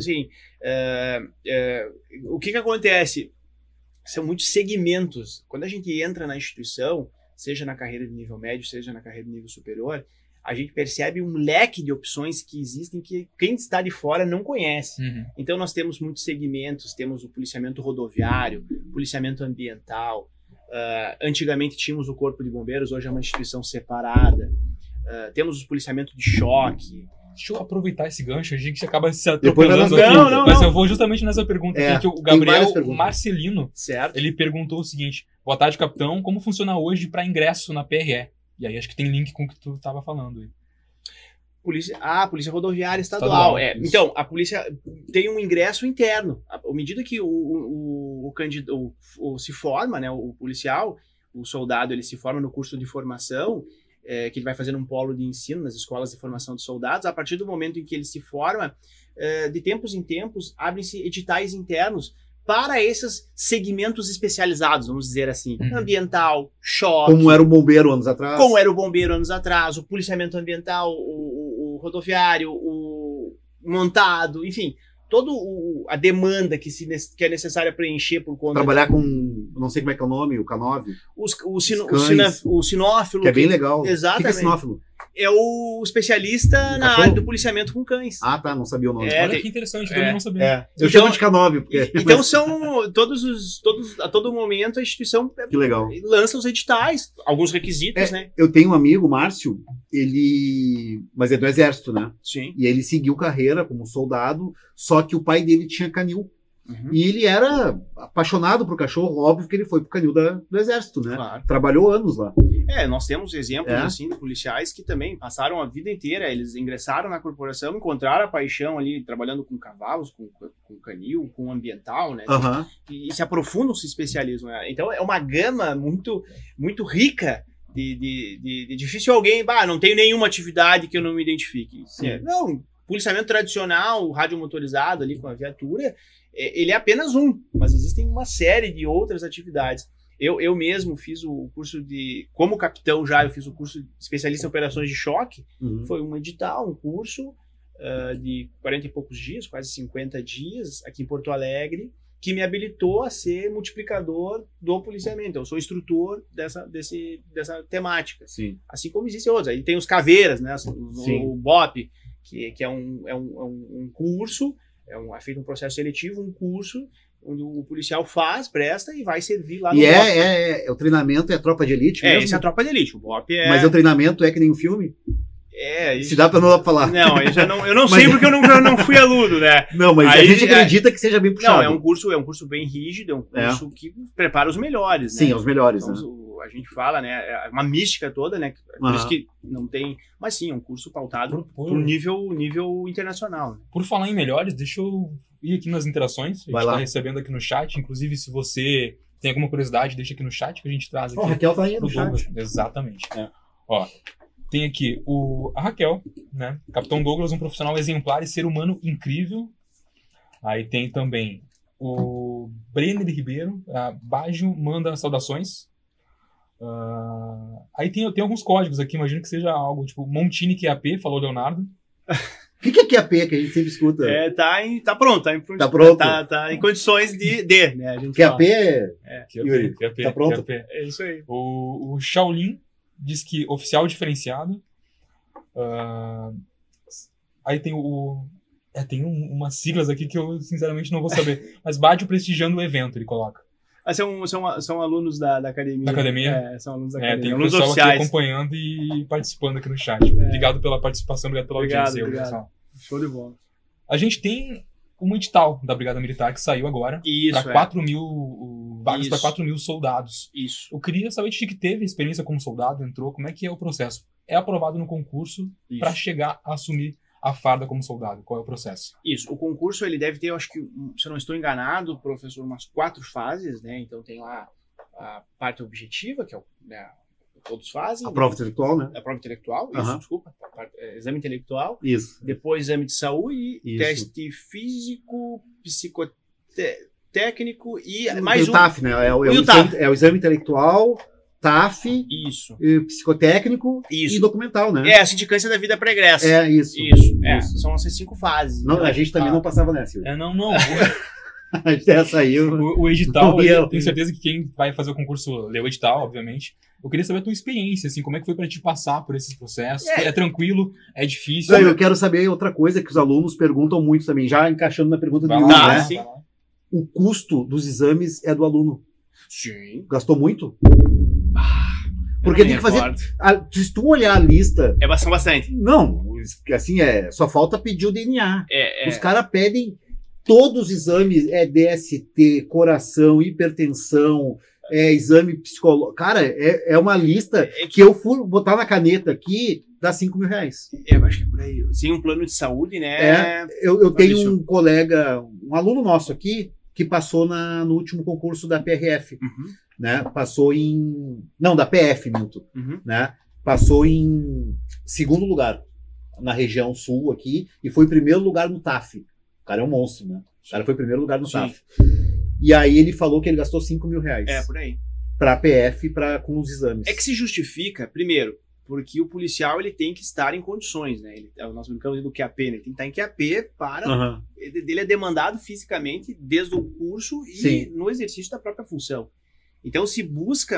O que acontece? São muitos segmentos. Quando a gente entra na instituição, seja na carreira de nível médio, seja na carreira de nível superior, a gente percebe um leque de opções que existem que quem está de fora não conhece. Então nós temos muitos segmentos, temos o policiamento rodoviário, policiamento ambiental, antigamente tínhamos o Corpo de Bombeiros, hoje é uma instituição separada, temos o policiamento de choque. Deixa eu aproveitar esse gancho, a gente acaba se atropelando aqui, mas eu vou justamente nessa pergunta aqui, que o Gabriel Marcelino, certo, ele perguntou o seguinte: boa tarde, capitão, como funciona hoje para ingresso na PRE? E aí acho que tem link com o que tu estava falando aí. Polícia Rodoviária Estadual. Então, a polícia tem um ingresso interno. À medida que o candidato se forma, né, o policial, o soldado, ele se forma no curso de formação, que ele vai fazer um polo de ensino nas escolas de formação de soldados. A partir do momento em que ele se forma, de tempos em tempos, abrem-se editais internos para esses segmentos especializados, vamos dizer assim, ambiental, choque. Como era o bombeiro anos atrás. O policiamento ambiental, o rodoviário, o montado, enfim, toda a demanda que é necessária preencher por conta... Trabalhar com, não sei como é que é o nome, o K9. O sinófilo. Que é bem legal. Exatamente. O que é sinófilo? É o especialista na área do policiamento com cães. Ah, tá, não sabia o nome. Olha que interessante, eu também não sabia. Eu chamo de K9. Porque... Então são a todo momento a instituição que legal. Lança os editais, alguns requisitos, né? Eu tenho um amigo, Márcio, mas é do Exército, né? Sim. E ele seguiu carreira como soldado, só que o pai dele tinha canil. E ele era apaixonado por cachorro, óbvio que ele foi pro canil do Exército, né? Claro. Trabalhou anos lá. Nós temos exemplos assim de policiais que também passaram a vida inteira, eles ingressaram na corporação, encontraram a paixão ali, trabalhando com cavalos, com canil, com ambiental, né? E se aprofundam, se especializam. Né? Então é uma gama muito, muito rica de difícil alguém, não tenho nenhuma atividade que eu não me identifique. Não, policiamento tradicional, radiomotorizado ali com a viatura, ele é apenas mas existem uma série de outras atividades. Eu mesmo fiz o curso como capitão eu fiz o curso de especialista em operações de choque, foi um edital, um curso de 40 e poucos dias, quase 50 dias, aqui em Porto Alegre, que me habilitou a ser multiplicador do policiamento. Eu sou instrutor dessa temática. Sim. Assim como existem outros. Aí tem os caveiras, né? O BOP, que é um curso, é feito um processo seletivo, um curso onde o policial presta e vai servir lá no BOP. O treinamento é a tropa de elite mesmo? Esse é a tropa de elite. O BOP é... Mas o treinamento é que nem um filme? Se dá pra não falar. Não, eu não sei porque eu não fui aluno, né? Não, mas a gente acredita que seja bem puxado. Não, é um curso bem rígido, é um curso que prepara os melhores, né? Sim, os melhores, então, né? A gente fala, né? É uma mística toda, né? Por isso que não tem... Mas sim, é um curso pautado por nível internacional. Né? Por falar em melhores, deixa eu ir aqui nas interações. A gente está recebendo aqui no chat. Inclusive, se você tem alguma curiosidade, deixa aqui no chat que a gente traz aqui. A Raquel tá aí no Douglas. chat. Exatamente. Ó, tem aqui a Raquel, né? Capitão Douglas, um profissional exemplar e ser humano incrível. Aí tem também o Brenner Ribeiro, a Baggio manda saudações. Aí tem alguns códigos aqui, imagino que seja algo tipo Montini QAP, falou Leonardo. O que é QAP que a gente sempre escuta? Tá pronto. Tá pronto. Tá em condições de né? A gente QAP QAP, tá pronto? QAP. É isso aí. O Shaolin diz que oficial diferenciado. Aí tem tem umas siglas aqui que eu sinceramente não vou saber. Mas Baggio prestigiando o evento, ele coloca. São alunos da academia. Da academia? São alunos da academia. Tem um alunos pessoal oficiais. aqui acompanhando e participando aqui no chat. Obrigado pela participação, obrigado pela audiência. Obrigado. Show de bola. A gente tem um edital da Brigada Militar que saiu agora. Isso, para 4.000 vagas para 4.000 soldados. Isso. Eu queria saber de ti que teve experiência como soldado, entrou, como é que é o processo? É aprovado no concurso para chegar a assumir a farda como soldado? Qual é o processo? Isso. O concurso ele deve ter, eu acho que, se eu não estou enganado, professor, umas 4 fases, né? Então tem lá a parte objetiva, que é todos fazem. A prova intelectual, né? A prova intelectual, isso, desculpa. Exame intelectual. Isso. Depois exame de saúde, teste físico, psicotécnico e mais o TAF, né? É o exame intelectual, TAF, isso. Psicotécnico e documental, né? A sindicância da vida pregressa. Isso. São essas 5 fases. Não, a gente também não passava nessa. Não. Essa aí. O edital, eu tenho certeza que quem vai fazer o concurso lê o edital, obviamente. Eu queria saber a tua experiência, assim, como é que foi para te passar por esses processos? É tranquilo? É difícil? Eu quero saber outra coisa que os alunos perguntam muito também, já encaixando na pergunta do Yuri, né? Sim. O custo dos exames é do aluno. Sim. Gastou muito? Porque tem que fazer. Se tu olhar a lista. São bastante. Não, assim, só falta pedir o DNA. Os caras pedem todos os exames, DST, coração, hipertensão, exame psicológico. Cara, é uma lista que eu fui botar na caneta aqui, dá R$5.000. Eu acho que é por aí. Sem um plano de saúde, né? Eu tenho um colega, um aluno nosso aqui, que passou no último concurso da PRF. Né? Passou da PF, Milton. Né? Passou em 2º lugar na região sul aqui e foi 1º lugar no TAF. O cara é um monstro, né? O cara foi 1º lugar no TAF. E aí ele falou que ele gastou R$5.000. Por aí. Pra PF, com os exames. É que se justifica, primeiro, porque o policial ele tem que estar em condições, né? Nós brincamos do QAP, né? Ele tem que estar em QAP para... Ele é demandado fisicamente desde o curso e no exercício da própria função. Então se busca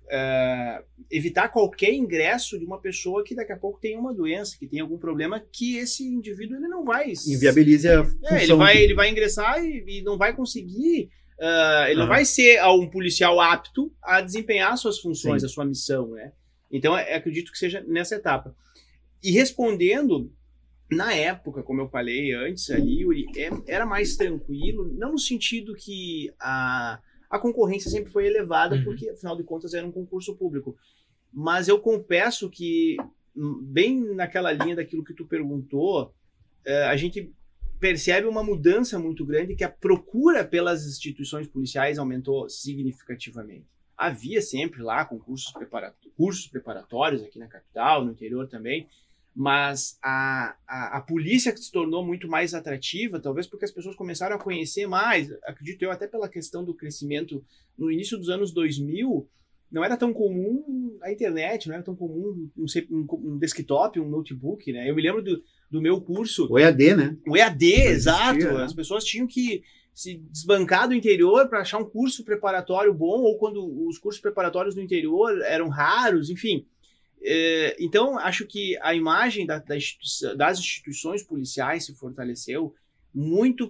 evitar qualquer ingresso de uma pessoa que daqui a pouco tem uma doença, que tem algum problema, que esse indivíduo ele não vai... Inviabilize a função. Ele vai ingressar e não vai conseguir... ele não vai ser um policial apto a desempenhar suas funções, a sua missão, né? Então, acredito que seja nessa etapa. E respondendo, na época, como eu falei antes ali, Yuri, era mais tranquilo, não no sentido que a concorrência sempre foi elevada, porque, afinal de contas, era um concurso público. Mas eu confesso que, bem naquela linha daquilo que tu perguntou, a gente percebe uma mudança muito grande, que a procura pelas instituições policiais aumentou significativamente. Havia sempre lá cursos preparatórios aqui na capital, no interior também, mas a polícia se tornou muito mais atrativa, talvez porque as pessoas começaram a conhecer mais, acredito eu, até pela questão do crescimento. No início dos anos 2000, não era tão comum a internet, não era tão comum um desktop, um notebook, né? Eu me lembro do meu curso... O EAD, né? O EAD, exato. Né? As pessoas tinham que se desbancar do interior para achar um curso preparatório bom, ou quando os cursos preparatórios no interior eram raros, enfim. Então, acho que a imagem das instituições policiais se fortaleceu muito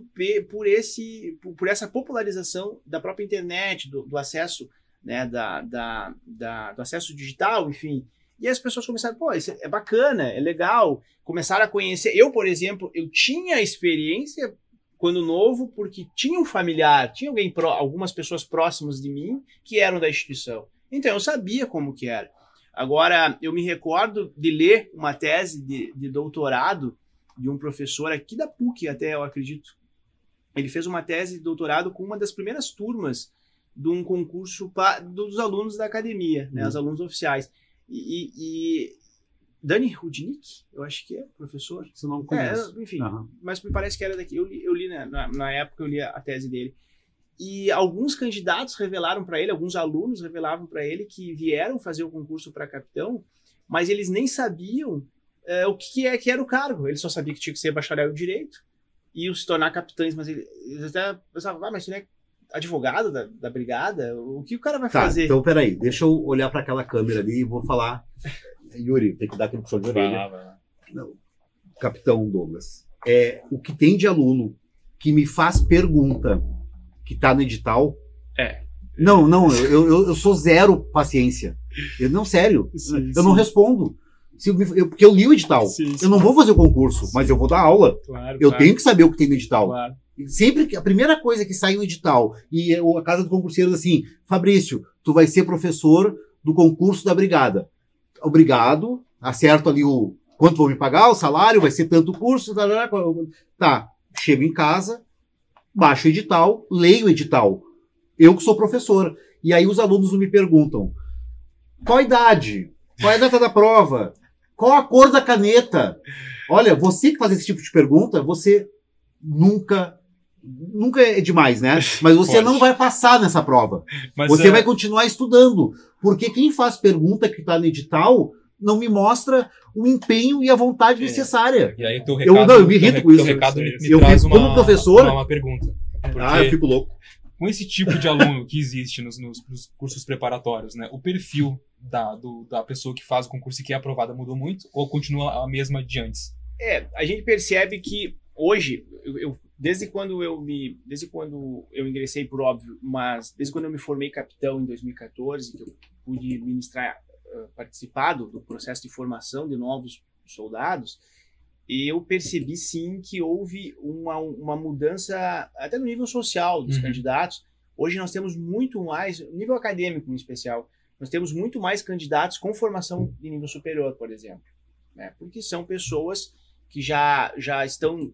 por essa popularização da própria internet, do acesso, né, do acesso digital, enfim. E as pessoas começaram, isso é bacana, é legal, começaram a conhecer. Eu, por exemplo, eu tinha experiência quando novo, porque tinha um familiar, tinha algumas pessoas próximas de mim que eram da instituição. Então, eu sabia como que era. Agora, eu me recordo de ler uma tese de doutorado de um professor aqui da PUC, até eu acredito. Ele fez uma tese de doutorado com uma das primeiras turmas de um concurso dos alunos da academia, né, os alunos oficiais. E Dani Rudnick, eu acho que é professor. Você não conhece. Enfim, mas me parece que era daqui. Eu li na época, eu li a tese dele. E alguns candidatos revelaram para ele, alguns alunos revelavam para ele que vieram fazer o concurso para capitão, mas eles nem sabiam o que era o cargo. Eles só sabiam que tinha que ser bacharel em direito e se tornar capitães, mas eles até pensavam, mas você não é advogado da brigada? O que o cara vai fazer? Então, peraí, deixa eu olhar para aquela câmera ali e vou falar. Yuri, tem que dar aquele puxão de orelha. Vai lá. Não, Capitão Douglas. O que tem de aluno que me faz pergunta que tá no edital. Não, eu sou zero paciência. Não, sério. Eu não respondo. Porque eu li o edital. Eu não vou fazer o concurso, mas eu vou dar aula. Eu tenho que saber o que tem no edital. Claro. Sempre que a primeira coisa que sai no edital, e a casa do concurseiro diz assim, Fabrício, tu vai ser professor do concurso da brigada. Obrigado, acerto ali o quanto vão me pagar, o salário, vai ser tanto curso, tá, chego em casa, baixo o edital, leio o edital. Eu que sou professor. E aí os alunos me perguntam, qual a idade? Qual é a data da prova? Qual a cor da caneta? Olha, você que faz esse tipo de pergunta, você nunca é demais, né? Mas você não vai passar nessa prova. Você vai continuar estudando. Porque quem faz pergunta que está no edital não me mostra o empenho e a vontade necessária. E aí teu recado, eu me irrito com isso. Recado me eu traz fico como professor. Uma pergunta. Eu fico louco. Com esse tipo de aluno que existe nos cursos preparatórios, né? O perfil da pessoa que faz o concurso e que é aprovada mudou muito? Ou continua a mesma de antes? A gente percebe que hoje, desde quando eu ingressei, por óbvio, mas desde quando eu me formei capitão em 2014, que eu pude participar do processo de formação de novos soldados, eu percebi sim que houve uma mudança até no nível social dos candidatos. Hoje nós temos muito mais, nível acadêmico em especial, nós temos muito mais candidatos com formação de nível superior, por exemplo, né? Porque são pessoas que já estão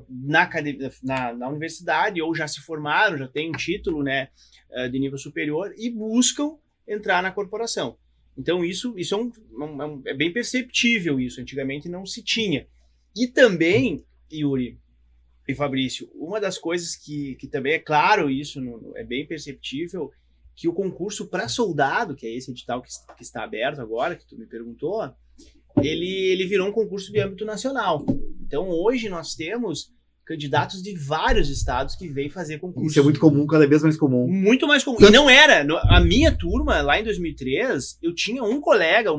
na universidade ou já se formaram, já têm um título, né, de nível superior e buscam entrar na corporação. Então isso é bem perceptível isso, antigamente não se tinha. E também, Yuri e Fabrício, uma das coisas que também é claro isso, é bem perceptível, que o concurso para soldado, que é esse edital que está aberto agora, que tu me perguntou, ele virou um concurso de âmbito nacional. Então, hoje nós temos candidatos de vários estados que vêm fazer concurso. Isso é muito comum, cada vez mais comum. Muito mais comum. E não era. A minha turma, lá em 2003, eu tinha um colega,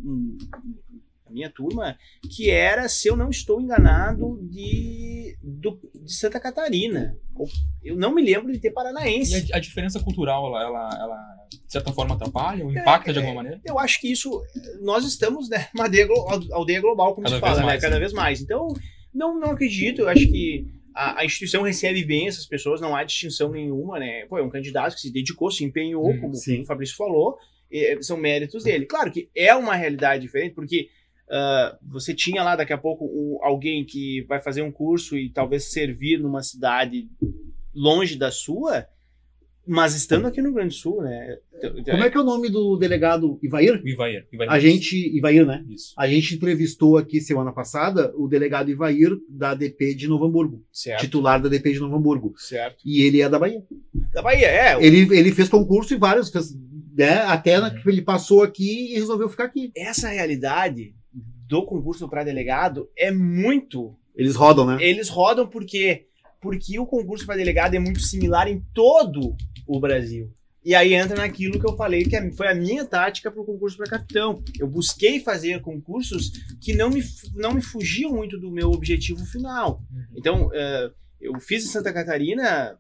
a minha turma, que era, se eu não estou enganado, de Santa Catarina. Eu não me lembro de ter paranaense. E a diferença cultural, ela de certa forma atrapalha ou impacta de alguma maneira? Eu acho que isso, nós estamos, né, uma aldeia global, como se fala, né, cada vez mais. Então, não acredito, eu acho que a instituição recebe bem essas pessoas, não há distinção nenhuma, né? É um candidato que se dedicou, se empenhou, como o Fabrício falou, são méritos dele. Claro que é uma realidade diferente, porque você tinha lá daqui a pouco alguém que vai fazer um curso e talvez servir numa cidade longe da sua, mas estando aqui no Rio Grande do Sul, né? Como é que é o nome do delegado? Ivair? Ivair. Ivair, né? Isso. A gente entrevistou aqui semana passada o delegado Ivair da DP de Novo Hamburgo. Certo. Titular da DP de Novo Hamburgo. Certo. E ele é da Bahia. Da Bahia, Ele fez concurso e vários, né? Até ele passou aqui e resolveu ficar aqui. Essa realidade do concurso para delegado é muito... Eles rodam, né? Eles rodam porque o concurso para delegado é muito similar em todo o Brasil. E aí entra naquilo que eu falei, que foi a minha tática para o concurso para capitão. Eu busquei fazer concursos que não me fugiam muito do meu objetivo final. Então, eu fiz em Santa Catarina,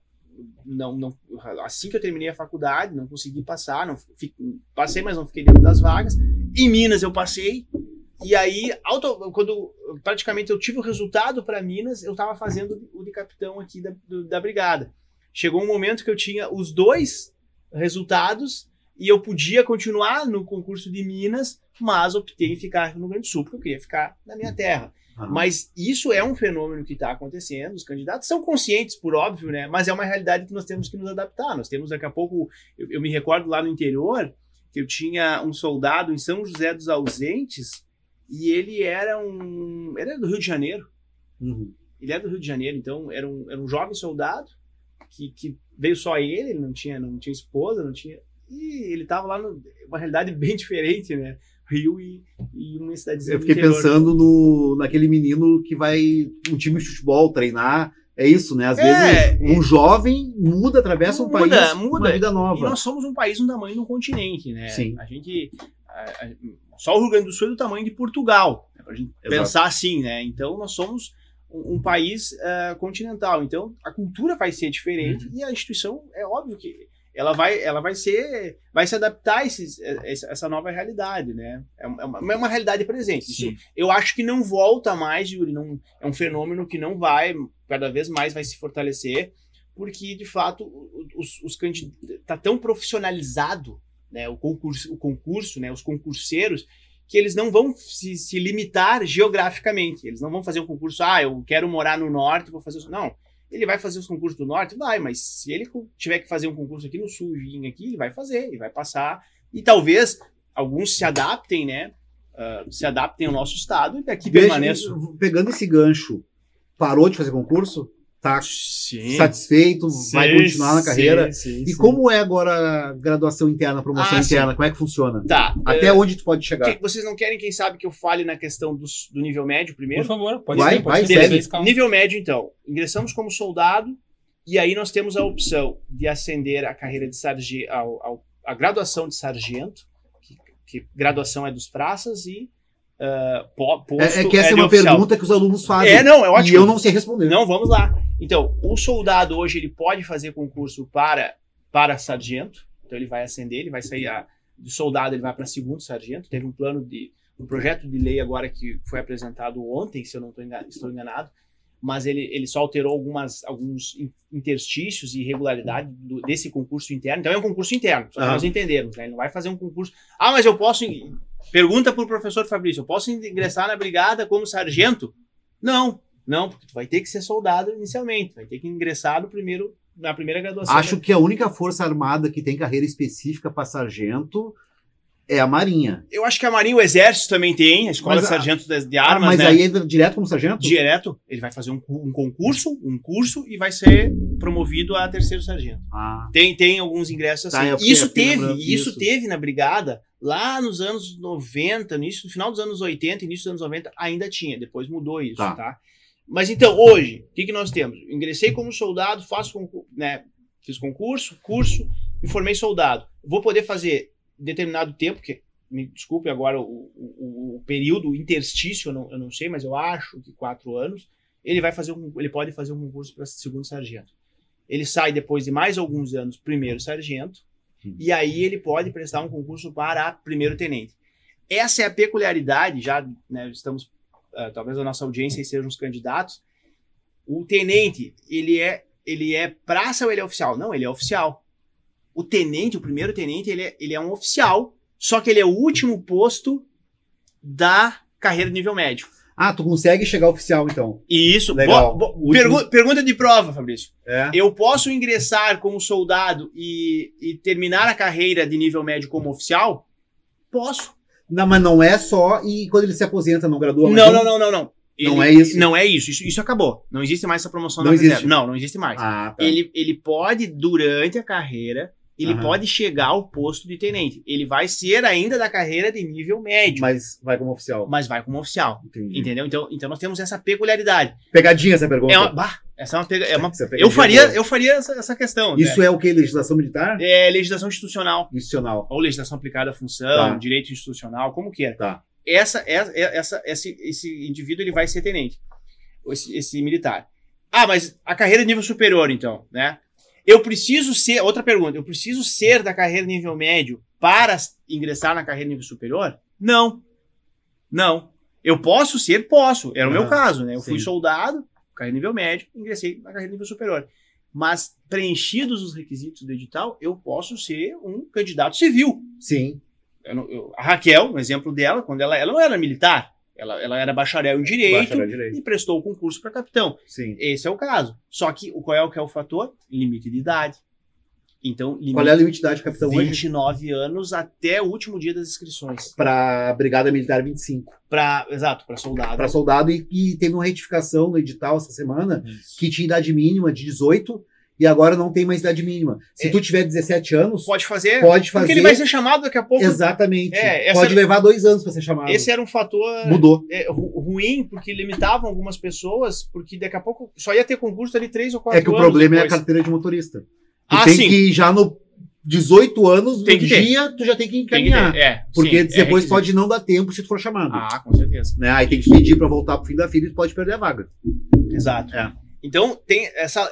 assim que eu terminei a faculdade, não consegui passar, passei, mas não fiquei dentro das vagas. Em Minas eu passei. E aí, quando praticamente eu tive o resultado para Minas, eu estava fazendo o de capitão aqui da brigada. Chegou um momento que eu tinha os dois resultados e eu podia continuar no concurso de Minas, mas optei em ficar no Rio Grande do Sul, porque eu queria ficar na minha terra. Mas isso é um fenômeno que está acontecendo, os candidatos são conscientes, por óbvio, né? Mas é uma realidade que nós temos que nos adaptar. Nós temos daqui a pouco, eu me recordo lá no interior, que eu tinha um soldado em São José dos Ausentes, e ele era do Rio de Janeiro. Ele era do Rio de Janeiro, então era um jovem soldado que veio só ele não tinha esposa, e ele estava lá numa realidade bem diferente, né? Rio e uma cidadezinha. Eu fiquei pensando naquele menino que vai um time de futebol treinar. É isso, né? Às vezes um jovem atravessa um país, uma vida nova. E nós somos um país do tamanho do continente, né? Sim. A gente... só o Rio Grande do Sul é do tamanho de Portugal, né? Pra gente pensar assim, né? Então nós somos um país continental. Então a cultura vai ser diferente e a instituição, é óbvio que ela vai se adaptar a essa nova realidade, né? É uma realidade presente. Isso, eu acho que não volta mais, Yuri, é um fenômeno que não vai, cada vez mais vai se fortalecer, porque, de fato, os candidatos está tão profissionalizado, né, o concurso, né, os concurseiros, que eles não vão se limitar geograficamente. Eles não vão fazer um concurso, eu quero morar no norte, vou fazer isso. Não. Ele vai fazer os concursos do norte? Vai, mas se ele tiver que fazer um concurso aqui no sul, aqui, ele vai fazer, ele vai passar. E talvez alguns se adaptem, né? Se adaptem ao nosso estado e daqui permaneçam. Pegando esse gancho, parou de fazer concurso? Tá satisfeito? Vai continuar na carreira? E como é agora a graduação interna, a promoção interna? Como é que funciona? Tá. Até onde tu pode chegar? Vocês não querem, quem sabe, que eu fale na questão do nível médio primeiro? Por favor, pode ser. Nível médio, então. Ingressamos como soldado e aí nós temos a opção de ascender a carreira de sargento, a graduação de sargento, que graduação é dos praças e posto essa é uma oficial. Pergunta que os alunos fazem. É ótimo. E eu não sei responder. Não, vamos lá. Então, o soldado hoje ele pode fazer concurso para sargento. Então ele vai ascender, ele vai sair de soldado, ele vai para segundo sargento. Teve um projeto de lei agora que foi apresentado ontem, se eu não estou enganado, mas ele só alterou alguns interstícios e irregularidades desse concurso interno. Então é um concurso interno, só para nós entendermos, né? Ele não vai fazer um concurso... mas eu posso... Pergunta para o professor Fabrício, eu posso ingressar na brigada como sargento? Não, porque tu vai ter que ser soldado inicialmente, vai ter que ingressar na primeira graduação. Acho que a única força armada que tem carreira específica para sargento é a Marinha. Eu acho que a Marinha, o Exército também tem, a Escola de Sargentos de Armas, mas né? Aí é direto como sargento? Direto. Ele vai fazer um curso e vai ser promovido a terceiro sargento. Tem alguns ingressos assim. Isso teve na brigada lá nos anos 90, no final dos anos 80, início dos anos 90, ainda tinha. Depois mudou isso, tá? Mas então, hoje, o que nós temos? Ingressei como soldado, fiz concurso, me formei soldado. Vou poder fazer determinado tempo, que me desculpe agora o período interstício, eu não sei, mas eu acho que 4 anos, ele pode fazer um concurso para segundo sargento. Ele sai depois de mais alguns anos primeiro sargento, e aí ele pode prestar um concurso para primeiro tenente. Essa é a peculiaridade, já, né, estamos, talvez a nossa audiência sejam os candidatos. O tenente, ele é praça ou ele é oficial? Não, ele é oficial. O tenente, o primeiro tenente, ele é um oficial, só que ele é o último posto da carreira de nível médio. Tu consegue chegar oficial, então. Isso. Legal. Pergunta de prova, Fabrício. Eu posso ingressar como soldado e terminar a carreira de nível médio como oficial? Posso. Não, mas não é só e quando ele se aposenta não gradua? Não. Não é isso? Não é isso. Isso acabou. Não existe mais essa promoção da reserva. Não existe mais. Tá. Ele pode, durante a carreira, ele pode chegar ao posto de tenente. Ele vai ser ainda da carreira de nível médio. Mas vai como oficial. Entendi. Entendeu? Então nós temos essa peculiaridade. Pegadinha essa pergunta. Eu faria essa questão. Isso, né? É o que? Legislação militar? É legislação institucional. Ou legislação aplicada à função, direito institucional, como queira. Esse indivíduo ele vai ser tenente. Esse militar. Mas a carreira de nível superior, então, né? Outra pergunta, eu preciso ser da carreira nível médio para ingressar na carreira nível superior? Não. Eu posso ser? Posso. Era o meu caso, né? Eu fui soldado, carreira nível médio, ingressei na carreira nível superior. Mas, preenchidos os requisitos do edital, eu posso ser um candidato civil. Sim. A Raquel, um exemplo dela, quando ela não era militar, Ela era bacharel em Direito e prestou o concurso para capitão. Sim. Esse é o caso. Só que qual é o fator? Limite de idade. Então, qual é a limite de idade, capitão, 29 anos até o último dia das inscrições. Para Brigada Militar 25. Exato, para soldado. Para soldado, e teve uma retificação no edital essa semana, que tinha idade mínima de 18, e agora não tem mais idade mínima. Se tu tiver 17 anos... Pode fazer. Porque ele vai ser chamado daqui a pouco. Exatamente. Pode levar 2 anos para ser chamado. Esse era um fator... Mudou. Ruim, porque limitavam algumas pessoas, porque daqui a pouco só ia ter concurso ali 3 ou 4 anos. É que o problema é a carteira de motorista. Tu tem sim. que ir já no 18 anos, no dia, tu já tem que encaminhar. Porque depois pode não dar tempo se tu for chamado. Com certeza. Né? Aí tem que pedir para voltar pro fim da fila e tu pode perder a vaga. Exato. Então, tem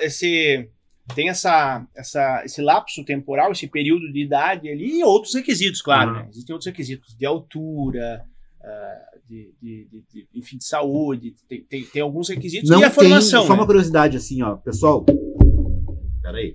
esse lapso temporal, esse período de idade ali, e outros requisitos, claro. Né? Existem outros requisitos de altura, enfim, de saúde, tem alguns requisitos. Não e a formação. Só uma curiosidade assim, ó, pessoal. Peraí.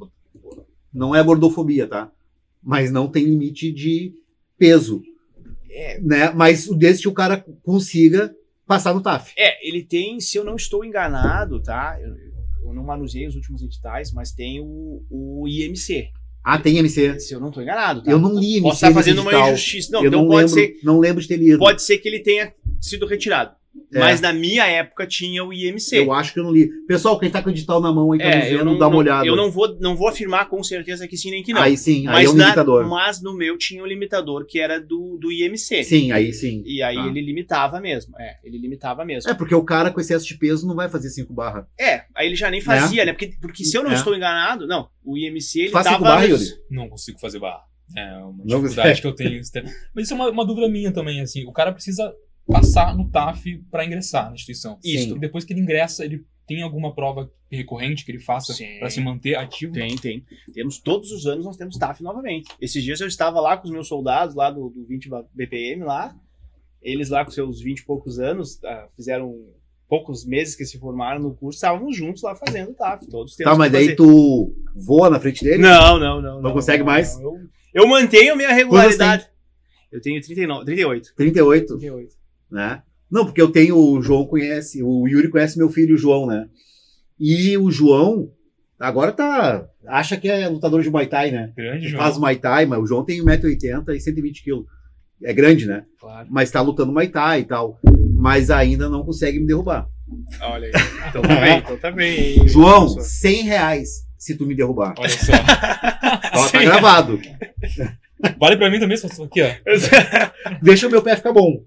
Não é gordofobia, tá? Mas não tem limite de peso. Né? Mas desde que o cara consiga passar no TAF. Ele tem, se eu não estou enganado, tá? Eu não manuseei os últimos editais, mas tem o IMC. Tem IMC. Se eu não estou enganado, tá? Eu não li IMC. Posso estar fazendo uma injustiça. Não, eu então não lembro de ter lido. Pode ser que ele tenha sido retirado. Mas na minha época tinha o IMC. Eu acho que eu não li. Pessoal, quem tá com o edital na mão aí, tá nos vendo, dá uma olhada. Eu não vou afirmar com certeza que sim nem que não. Aí sim, aí é um limitador. Mas no meu tinha um limitador que era do IMC. Sim, aí sim. E aí ele limitava mesmo. Ele limitava mesmo. Porque o cara com excesso de peso não vai fazer 5 barra. Aí ele já nem fazia, né? Porque se eu não estou enganado, não, o IMC ele faz tava... 5 barra, Yuri? Não consigo fazer barra. É uma dificuldade que eu tenho. Mas isso é uma dúvida minha também, assim. O cara precisa passar no TAF para ingressar na instituição. Isso. E depois que ele ingressa, ele tem alguma prova recorrente que ele faça para se manter ativo? Tem. Todos os anos nós temos TAF novamente. Esses dias eu estava lá com os meus soldados lá do 20 BPM lá. Eles lá com seus 20 e poucos anos, fizeram poucos meses que se formaram no curso, estávamos juntos lá fazendo TAF. Todos temos mas daí tu voa na frente dele? Não. Não consegue mais? Eu mantenho a minha regularidade. Eu tenho 38. 38. Né? Não, porque eu tenho, o Yuri conhece meu filho, o João, né? E o João, agora acha que é lutador de Muay Thai, né? Grande, João. Faz Muay Thai, mas o João tem 1,80 m e 120 kg. É grande, né? Claro. Mas tá lutando Muay Thai e tal. Mas ainda não consegue me derrubar. Olha aí. Então tá bem. João, R$100 se tu me derrubar. Olha só. Tá gravado. Vale pra mim também, só aqui, ó. Deixa o meu pé ficar bom.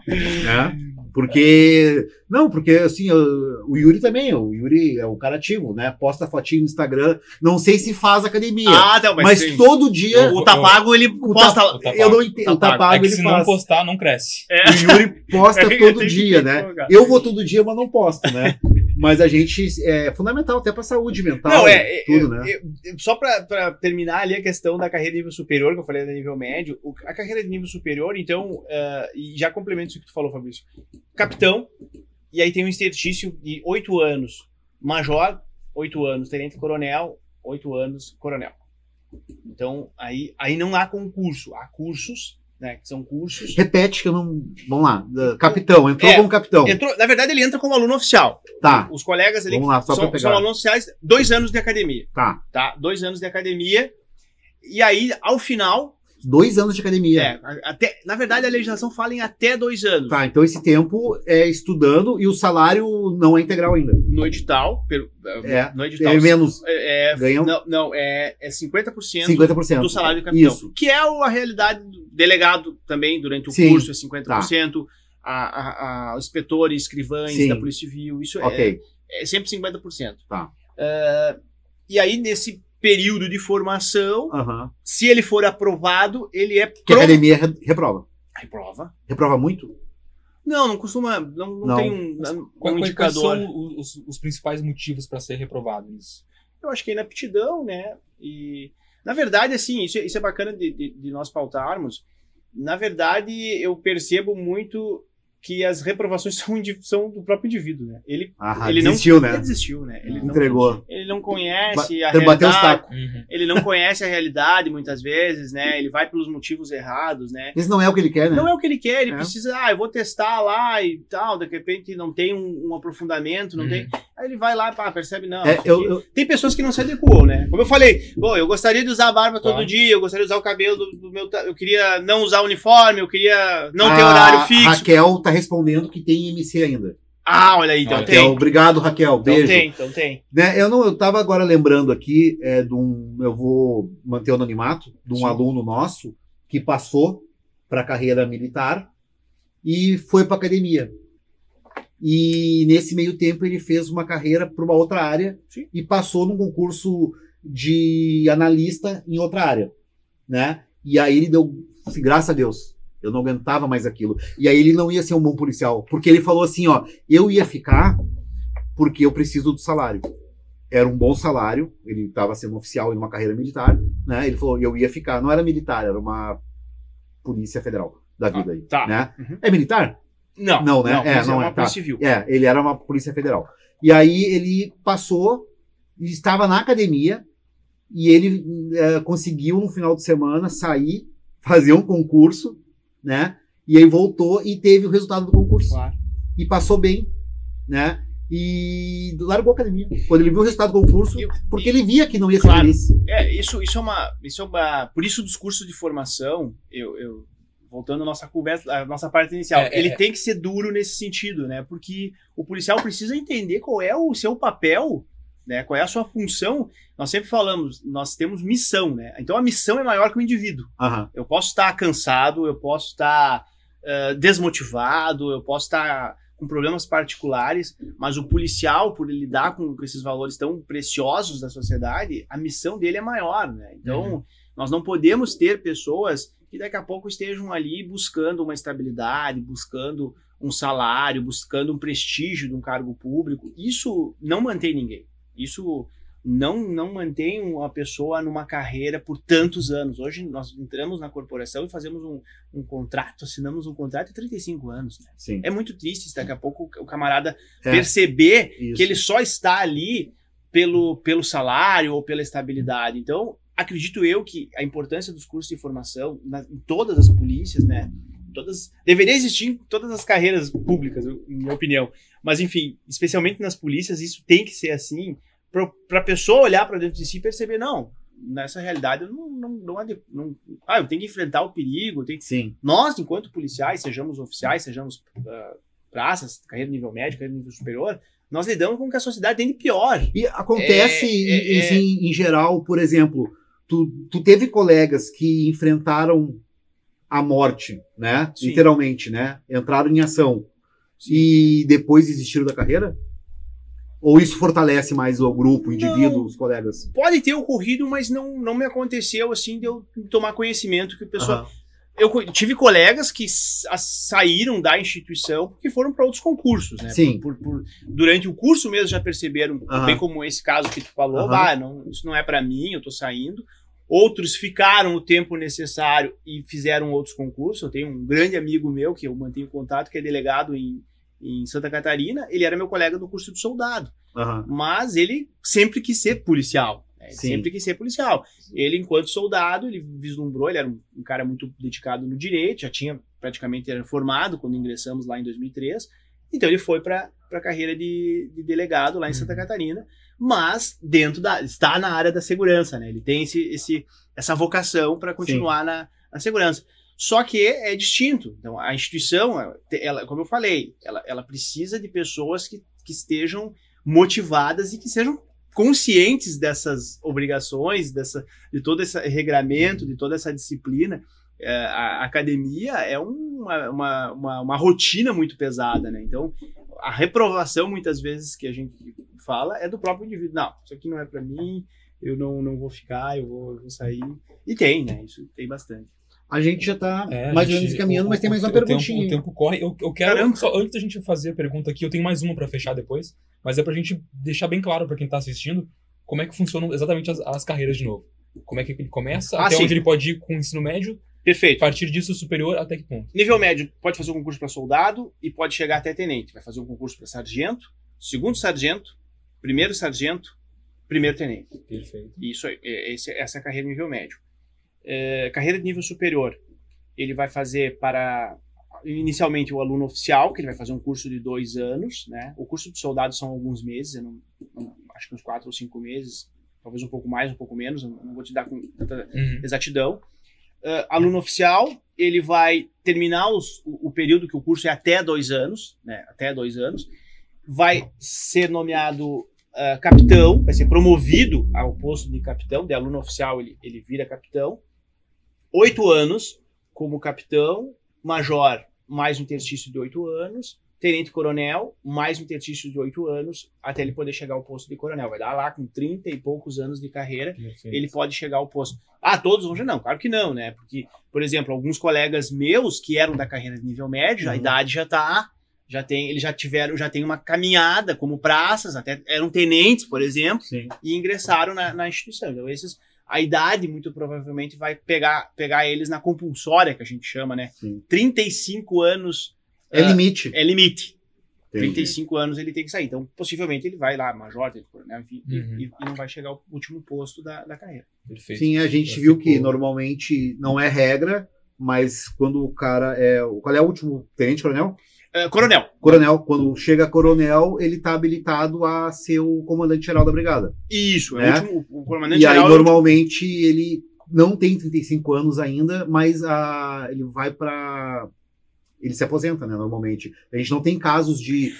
Porque assim, o Yuri também, o Yuri é um cara ativo, né? Posta fotinho no Instagram, não sei se faz academia, mas todo dia... O Tapago, ele posta... Eu não entendo, o Tapago ele se faz. não postar, não cresce. O Yuri posta todo dia, né? Eu vou todo dia, mas não posto, né? Mas a gente, é fundamental até pra saúde mental, tudo, né? Só pra terminar ali a questão da carreira de nível superior, que eu falei da nível médio, a carreira de nível superior, então, e já complemento isso que tu falou, Fabrício, capitão, e aí tem um exercício de 8 anos, major, 8 anos, tenente-coronel, 8 anos, coronel. Então, aí não há concurso, há cursos, né, que são cursos... Repete que eu não... Vamos lá, capitão, entrou como capitão. Na verdade, ele entra como aluno oficial. Tá. Os colegas ali vamos lá, só são alunos oficiais, 2 anos de academia. Tá, 2 anos de academia, e aí, ao final... 2 anos de academia. Na verdade, a legislação fala em até 2 anos. Tá, então esse tempo é estudando e o salário não é integral ainda. No edital, no edital é menos. Ganham? Não, é 50% do salário do capitão. Isso. Que é a realidade do delegado também, durante o curso, é 50%. Tá. Os inspetores, escrivães da Polícia Civil, isso é sempre 50%. Tá. E aí, nesse período de formação, se ele for aprovado, ele é... Que a academia reprova. Reprova muito? Não costuma, não tem um indicador. Quais são os principais motivos para ser reprovado isso? Eu acho que é inaptidão, né? E, na verdade, assim, isso é bacana de nós pautarmos. Na verdade, eu percebo muito que as reprovações são do próprio indivíduo, né? Ele desistiu, né? Ele desistiu, né? Ele entregou. Ele não conhece a realidade. Bateu os tacos. Ele não conhece a realidade, muitas vezes, né? Ele vai pelos motivos errados, né? Isso não é o que ele quer, né? Não é o que ele quer. Ele precisa, eu vou testar lá e tal. De repente não tem um aprofundamento, não tem... Aí ele vai lá e percebe, não. Tem pessoas que não se adequam, né? Como eu falei, eu gostaria de usar a barba todo dia, eu gostaria de usar o cabelo do meu... Eu queria não usar uniforme, eu queria não ter horário fixo. Raquel tá respondendo que tem MC ainda. Olha aí, então tem. Obrigado, Raquel. Beijo. Então tem. Né, eu tava agora lembrando aqui eu vou manter o anonimato, de um aluno nosso que passou para a carreira militar e foi para academia. E nesse meio tempo ele fez uma carreira para uma outra área e passou num concurso de analista em outra área, né? E aí ele deu, assim, graças a Deus, eu não aguentava mais aquilo. E aí ele não ia ser um bom policial, porque ele falou assim, eu ia ficar porque eu preciso do salário. Era um bom salário, ele estava sendo oficial em uma carreira militar, né? Ele falou, eu ia ficar, não era militar, era uma polícia federal da vida aí, né? É militar? Não, né? Não é uma polícia civil. Ele era uma polícia federal. E aí ele passou, estava na academia e ele conseguiu no final de semana sair, fazer um concurso, né? E aí voltou e teve o resultado do concurso. Claro. E passou bem, né? E largou a academia. Quando ele viu o resultado do concurso, porque ele via que não ia ser feliz. Isso é uma... Por isso dos cursos de formação, voltando à nossa conversa, à nossa parte inicial, ele tem que ser duro nesse sentido, né? Porque o policial precisa entender qual é o seu papel, né? Qual é a sua função. Nós sempre falamos, nós temos missão, né? Então a missão é maior que o indivíduo. Eu posso estar cansado, eu posso estar desmotivado, eu posso estar com problemas particulares, mas o policial, por ele lidar com esses valores tão preciosos da sociedade, a missão dele é maior, né? Então, nós não podemos ter pessoas que daqui a pouco estejam ali buscando uma estabilidade, buscando um salário, buscando um prestígio de um cargo público. Isso não mantém ninguém. Isso não mantém uma pessoa numa carreira por tantos anos. Hoje nós entramos na corporação e fazemos um contrato, assinamos um contrato de 35 anos. Né? Sim. É muito triste daqui a pouco o camarada perceber que ele só está ali pelo salário ou pela estabilidade. Então, acredito eu que a importância dos cursos de formação em todas as polícias, né? Deveria existir em todas as carreiras públicas, em minha opinião. Mas, enfim, especialmente nas polícias, isso tem que ser assim, para a pessoa olhar para dentro de si e perceber, não, nessa realidade eu eu tenho que enfrentar o perigo. Sim. Nós, enquanto policiais, sejamos oficiais, sejamos praças, carreira de nível médio, carreira de nível superior, nós lidamos com o que a sociedade tem de pior. E acontece, em geral, por exemplo, tu teve colegas que enfrentaram a morte, né? Sim. Literalmente, né? Entraram em ação. Sim. E depois desistiram da carreira? Ou isso fortalece mais o grupo, o indivíduo, os colegas? Pode ter ocorrido, mas não me aconteceu assim de eu tomar conhecimento que o pessoal... Eu tive colegas que saíram da instituição porque foram para outros concursos, né? Sim. Durante o curso mesmo já perceberam, bem como esse caso que tu falou, isso não é para mim, eu tô saindo. Outros ficaram o tempo necessário e fizeram outros concursos. Eu tenho um grande amigo meu que eu mantenho contato, que é delegado em Santa Catarina. Ele era meu colega do curso de soldado, mas ele sempre quis ser policial. Sempre quis ser policial. Ele, enquanto soldado, ele vislumbrou, ele era um cara muito dedicado no direito, já tinha praticamente era formado quando ingressamos lá em 2003. Então ele foi para a carreira de delegado lá em Santa Catarina, mas está na área da segurança, né? Ele tem essa vocação para continuar na segurança. Só que é distinto. Então a instituição, ela, como eu falei, ela precisa de pessoas que estejam motivadas e que sejam conscientes dessas obrigações, de todo esse regramento, de toda essa disciplina. A academia é uma rotina muito pesada, né? Então, a reprovação, muitas vezes, que a gente fala, é do próprio indivíduo. Não, isso aqui não é para mim, eu não vou ficar, eu vou sair. E tem, né? Isso tem bastante. A gente já tá mais ou menos caminhando, mas tem mais uma perguntinha. O tempo corre. Eu quero, só antes da gente fazer a pergunta aqui, eu tenho mais uma para fechar depois, mas é pra gente deixar bem claro para quem tá assistindo como é que funcionam exatamente as carreiras de novo. Como é que ele começa, até onde ele pode ir com o ensino médio, Perfeito. A partir disso, superior até que ponto? Nível médio, pode fazer um concurso para soldado e pode chegar até tenente. Vai fazer um concurso para sargento, segundo sargento, primeiro sargento, primeiro tenente. Perfeito. Isso aí, essa é a carreira nível médio. Carreira de nível superior, ele vai fazer inicialmente o aluno oficial, que ele vai fazer um curso de 2 anos, né? O curso de soldado são alguns meses, acho que uns 4 ou 5 meses, talvez um pouco mais, um pouco menos, eu não vou te dar com tanta exatidão. Aluno oficial, ele vai terminar o período que o curso é até 2 anos, né? Até 2 anos, vai ser nomeado capitão, vai ser promovido ao posto de capitão, de aluno oficial ele vira capitão, 8 anos como capitão, major mais um interstício de 8 anos, tenente-coronel mais um interstício de 8 anos, até ele poder chegar ao posto de coronel. Vai dar lá com 30 e poucos anos de carreira, ele pode chegar ao posto. Todos vão já não, claro que não, né? Porque, por exemplo, alguns colegas meus que eram da carreira de nível médio, a idade eles já tem uma caminhada como praças, até eram tenentes, por exemplo, e ingressaram na instituição. Então, a idade, muito provavelmente, vai pegar eles na compulsória, que a gente chama, né? 35 anos... É limite. É limite. 35 anos ele tem que sair. Então, possivelmente, ele vai lá, major, coronel, enfim, e não vai chegar ao último posto da carreira. Perfeito. Sim, a gente viu que normalmente não é regra, mas quando o cara é... Qual é o último tenente, coronel? Coronel. Coronel. Quando chega coronel, ele está habilitado a ser o comandante-geral da brigada. Isso, né? O comandante-geral... E aí, normalmente, ele não tem 35 anos ainda, mas ele vai para... Ele se aposenta, né, normalmente. A gente não tem casos de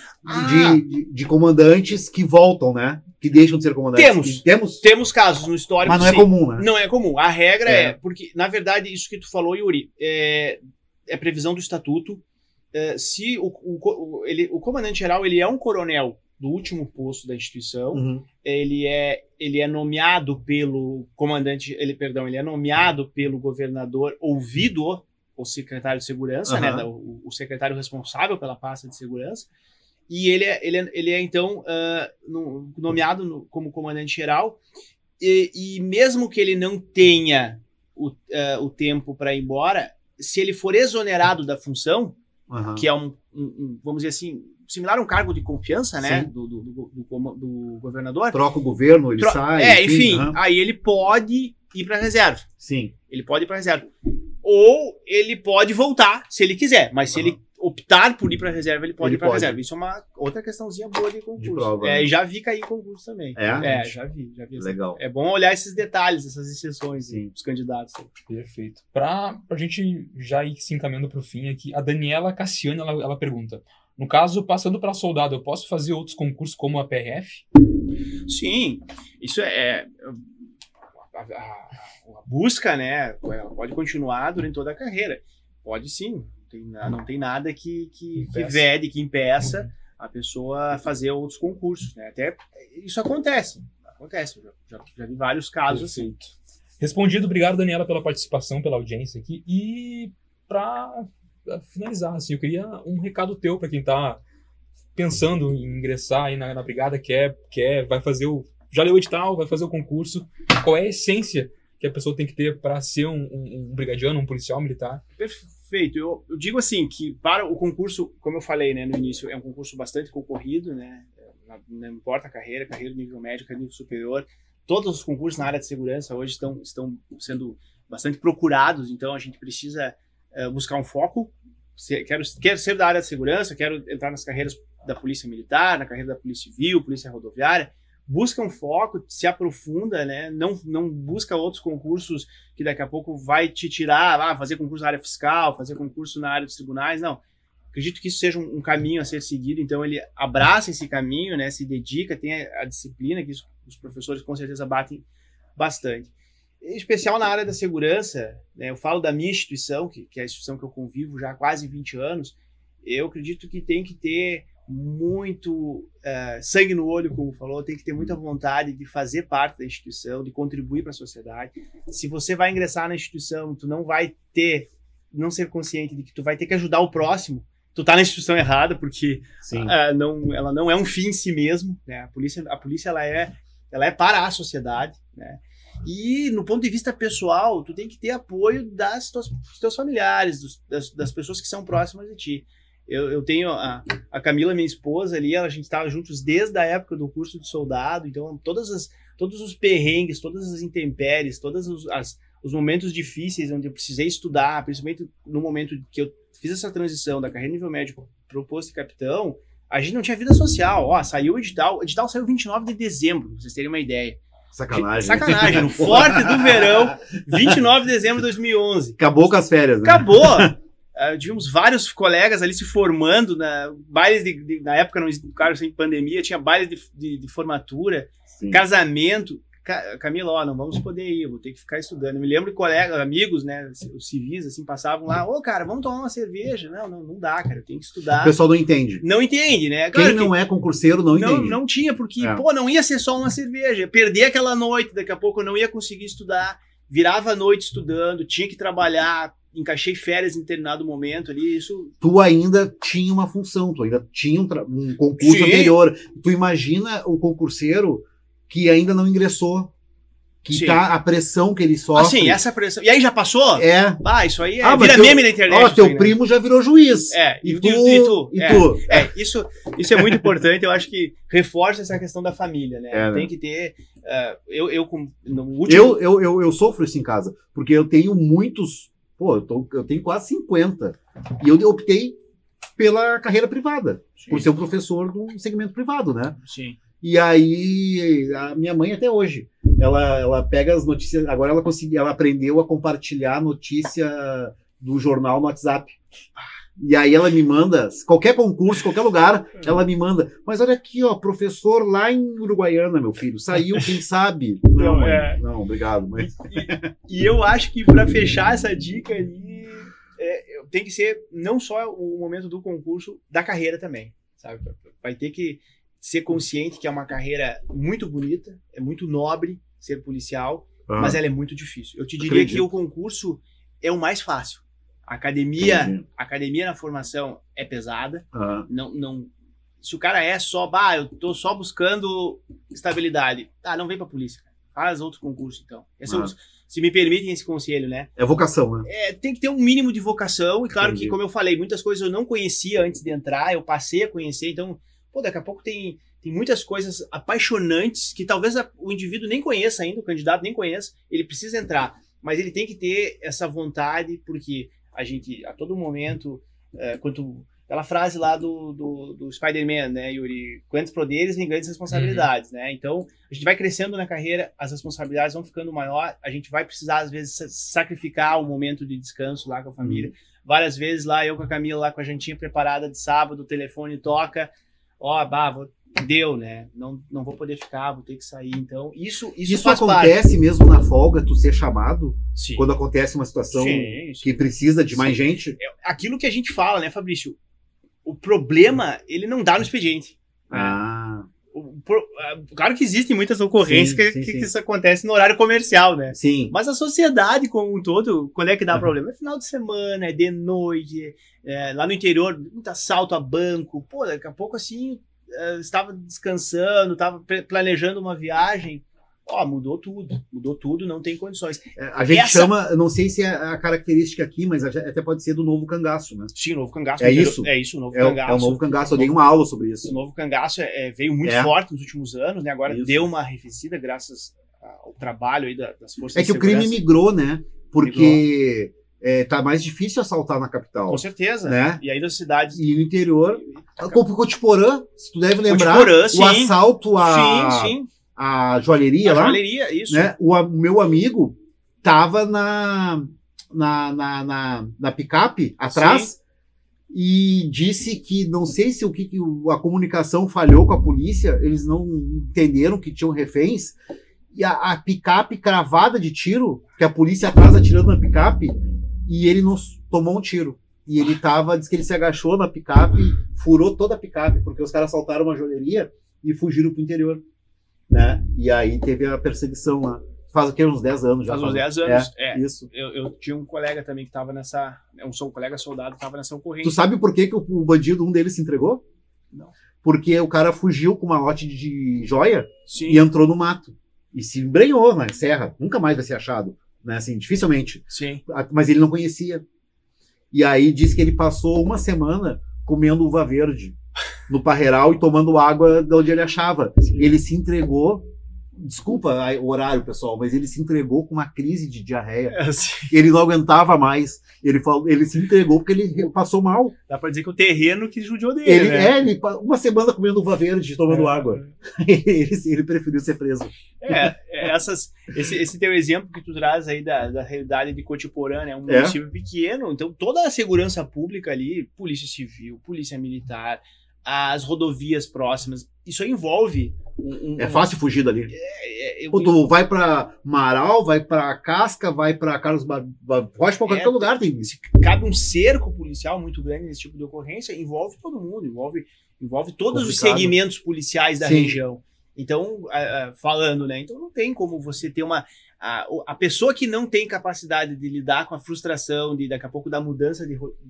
comandantes que voltam, né? Que deixam de ser comandantes. Temos casos no histórico, mas não é comum, né? Não é comum. A regra porque, na verdade, isso que tu falou, Yuri, é previsão do estatuto. Se o comandante-geral ele é um coronel do último posto da instituição, ele é nomeado pelo comandante, ele é nomeado pelo governador, ouvido o secretário de segurança, né, o secretário responsável pela pasta de segurança, e ele é então nomeado como comandante-geral, e mesmo que ele não tenha o tempo para ir embora, se ele for exonerado da função, que é vamos dizer assim, similar a um cargo de confiança, né, do governador. Troca o governo, ele sai. Enfim, aí ele pode ir para a reserva. Sim. Ele pode ir para a reserva. Ou ele pode voltar, se ele quiser, mas se ele optar por ir para a reserva, ele pode ir para a reserva. Isso é uma outra questãozinha boa de concurso. De prova, e já vi cair em concurso também. Já vi. Legal. É bom olhar esses detalhes, essas exceções dos candidatos. Perfeito. Pra gente já ir se encaminhando para o fim aqui, a Daniela Cassiano, ela pergunta, no caso, passando para soldado, eu posso fazer outros concursos como a PRF? Sim, isso a busca, né, ela pode continuar durante toda a carreira. Pode sim, não tem nada que vede, que impeça a pessoa fazer outros concursos, né? Até isso acontece, eu já vi vários casos assim. Respondido, obrigado, Daniela, pela participação, pela audiência aqui. E para finalizar, assim, eu queria um recado teu para quem está pensando em ingressar aí na brigada, vai fazer já leu o edital, vai fazer o concurso. Qual é a essência que a pessoa tem que ter para ser um brigadiano, um policial militar? Perfeito. Eu digo assim, que para o concurso, como eu falei, né, no início, é um concurso bastante concorrido, né? Não importa a carreira nível médio, carreira nível superior. Todos os concursos na área de segurança hoje estão sendo bastante procurados, então a gente precisa buscar um foco. Quero ser da área de segurança, quero entrar nas carreiras da Polícia Militar, na carreira da Polícia Civil, Polícia Rodoviária. Busca um foco, se aprofunda, né? Não busca outros concursos que daqui a pouco vai te tirar, fazer concurso na área fiscal, fazer concurso na área dos tribunais, não. Acredito que isso seja um caminho a ser seguido, então ele abraça esse caminho, né? Se dedica, tem a disciplina, que os professores com certeza batem bastante. Em especial na área da segurança, né? Eu falo da minha instituição, que é a instituição que eu convivo já há quase 20 anos, eu acredito que tem que ter muito sangue no olho, como falou, tem que ter muita vontade de fazer parte da instituição, de contribuir para a sociedade. Se você vai ingressar na instituição, tu não ser consciente de que tu vai ter que ajudar o próximo, tu tá na instituição errada, porque ela não é um fim em si mesmo, né? A polícia ela é para a sociedade, né? E no ponto de vista pessoal, tu tem que ter apoio dos teus familiares, das pessoas que são próximas de ti. Eu tenho a Camila, minha esposa ali, a gente estava juntos desde a época do curso de soldado, então todos os perrengues, todas as intempéries, todos os momentos difíceis onde eu precisei estudar, principalmente no momento que eu fiz essa transição da carreira nível médio para o posto de capitão, a gente não tinha vida social. Saiu o edital saiu 29 de dezembro, pra vocês terem uma ideia. Sacanagem, no forte do verão, 29 de dezembro de 2011. Acabou com as férias, né? Acabou! Tivemos vários colegas ali se formando, bailes na época, claro, sem pandemia, tinha bailes de formatura, sim, casamento. Camila, não vamos poder ir, eu vou ter que ficar estudando. Eu me lembro de colegas, amigos, né, os civis, assim, passavam lá, cara, vamos tomar uma cerveja. Não dá, cara, eu tenho que estudar. O pessoal não entende. Não entende, né? Claro, quem não é concurseiro não entende. Não tinha, porque, não ia ser só uma cerveja. Perder aquela noite, daqui a pouco eu não ia conseguir estudar. Virava a noite estudando, tinha que trabalhar, encaixei férias em determinado momento ali, isso... Tu ainda tinha uma função, tu ainda tinha um concurso, sim, anterior. Tu imagina o concurseiro que ainda não ingressou, que sim, tá a pressão que ele sofre. Sim, essa pressão. E aí já passou? Isso aí vira meme na internet. Teu primo já virou juiz. E tu. Isso é muito importante, eu acho que reforça essa questão da família, né? Tem que ter... Eu sofro isso em casa, porque eu tenho muitos... eu tenho quase 50. E eu optei pela carreira privada, sim, por ser um professor de um segmento privado, né? Sim. E aí, a minha mãe até hoje, ela pega as notícias, agora ela aprendeu a compartilhar a notícia do jornal no WhatsApp. E aí ela me manda, qualquer concurso, qualquer lugar, ela me manda. Mas olha aqui, professor lá em Uruguaiana, meu filho, saiu, quem sabe? Não, obrigado. Mas... E eu acho que para fechar essa dica aí, tem que ser não só o momento do concurso, da carreira também, sabe? Vai ter que ser consciente que é uma carreira muito bonita, é muito nobre ser policial, mas ela é muito difícil. Eu te diria que o concurso é o mais fácil. A academia na formação é pesada. Se o cara é só, eu tô só buscando estabilidade, não vem pra polícia, cara. Faz outro concurso, então. Se me permitem esse conselho, né? É vocação, né? Tem que ter um mínimo de vocação, e claro que, como eu falei, muitas coisas eu não conhecia antes de entrar, eu passei a conhecer, então, daqui a pouco tem muitas coisas apaixonantes que talvez o indivíduo nem conheça ainda, o candidato nem conheça, ele precisa entrar, mas ele tem que ter essa vontade, porque a gente, a todo momento, aquela frase lá do Spider-Man, né, Yuri? Grandes poderes vem grandes responsabilidades, né? Então, a gente vai crescendo na carreira, as responsabilidades vão ficando maior, a gente vai precisar, às vezes, sacrificar um momento de descanso lá com a família. Várias vezes lá, eu com a Camila, lá com a jantinha preparada de sábado, o telefone toca, deu, né? Não vou poder ficar, vou ter que sair. Então, isso faz acontece parte. Mesmo na folga, tu ser chamado? Sim. Quando acontece uma situação que precisa de mais gente? Aquilo que a gente fala, né, Fabrício? O problema, ele não dá no expediente. Claro que existem muitas ocorrências que isso acontece no horário comercial, né? Sim. Mas a sociedade como um todo, quando é que dá problema? É final de semana, é de noite, lá no interior, muito assalto a banco. Daqui a pouco assim, estava descansando, estava planejando uma viagem. Mudou tudo, não tem condições. A gente chama, não sei se é a característica aqui, mas até pode ser do novo cangaço, né? Sim, o novo cangaço. É isso, o novo cangaço. É o novo cangaço, eu dei uma aula sobre isso. O novo cangaço veio muito forte nos últimos anos, né? Agora deu uma arrefecida graças ao trabalho aí das forças de segurança. Que o crime migrou, né? Porque tá mais difícil assaltar na capital. Com certeza. Né? E aí das cidades... E no interior, o Cotiporã, se tu deve lembrar, o assalto a joalheria lá. Joalheria, isso. Né? O meu amigo tava na picape atrás e disse que não sei se a comunicação falhou com a polícia, eles não entenderam que tinham reféns, e a picape cravada de tiro, que a polícia atrás atirando na picape, e ele não tomou um tiro. E ele diz que ele se agachou na picape, furou toda a picape, porque os caras assaltaram uma joalheria e fugiram pro interior. Né? E aí teve a perseguição lá. Faz o quê? Uns 10 anos já. Faz uns 10 anos. Isso. Eu tinha um colega também que estava nessa... Um colega soldado que estava nessa ocorrência. Tu sabe por que o bandido, um deles, se entregou? Não. Porque o cara fugiu com uma lote de joia, sim, e entrou no mato. e se embrenhou na serra, nunca mais vai ser achado, né? Assim, dificilmente. Sim. Mas ele não conhecia. E aí diz que ele passou uma semana comendo uva verde no Parreiral e tomando água de onde ele achava. Sim. Ele se entregou. Desculpa o horário, pessoal, mas ele se entregou com uma crise de diarreia. Ele não aguentava mais. Ele se entregou porque ele passou mal. Dá pra dizer que o terreno que judiou dele, né? Ele uma semana comendo uva verde, tomando água. Ele preferiu ser preso. Esse teu exemplo que tu traz aí da realidade de Cotiporã, né? Um município pequeno, então toda a segurança pública ali, polícia civil, polícia militar, as rodovias próximas, isso aí envolve... É fácil fugir dali. Tu vai pra Marau, vai pra Casca, vai pra Carlos pode pra qualquer lugar. Cabe um cerco policial muito grande nesse tipo de ocorrência, envolve todo mundo, envolve todos os segmentos policiais da região. Então, falando, né? Então não tem como você ter a pessoa que não tem capacidade de lidar com a frustração, de daqui a pouco da mudança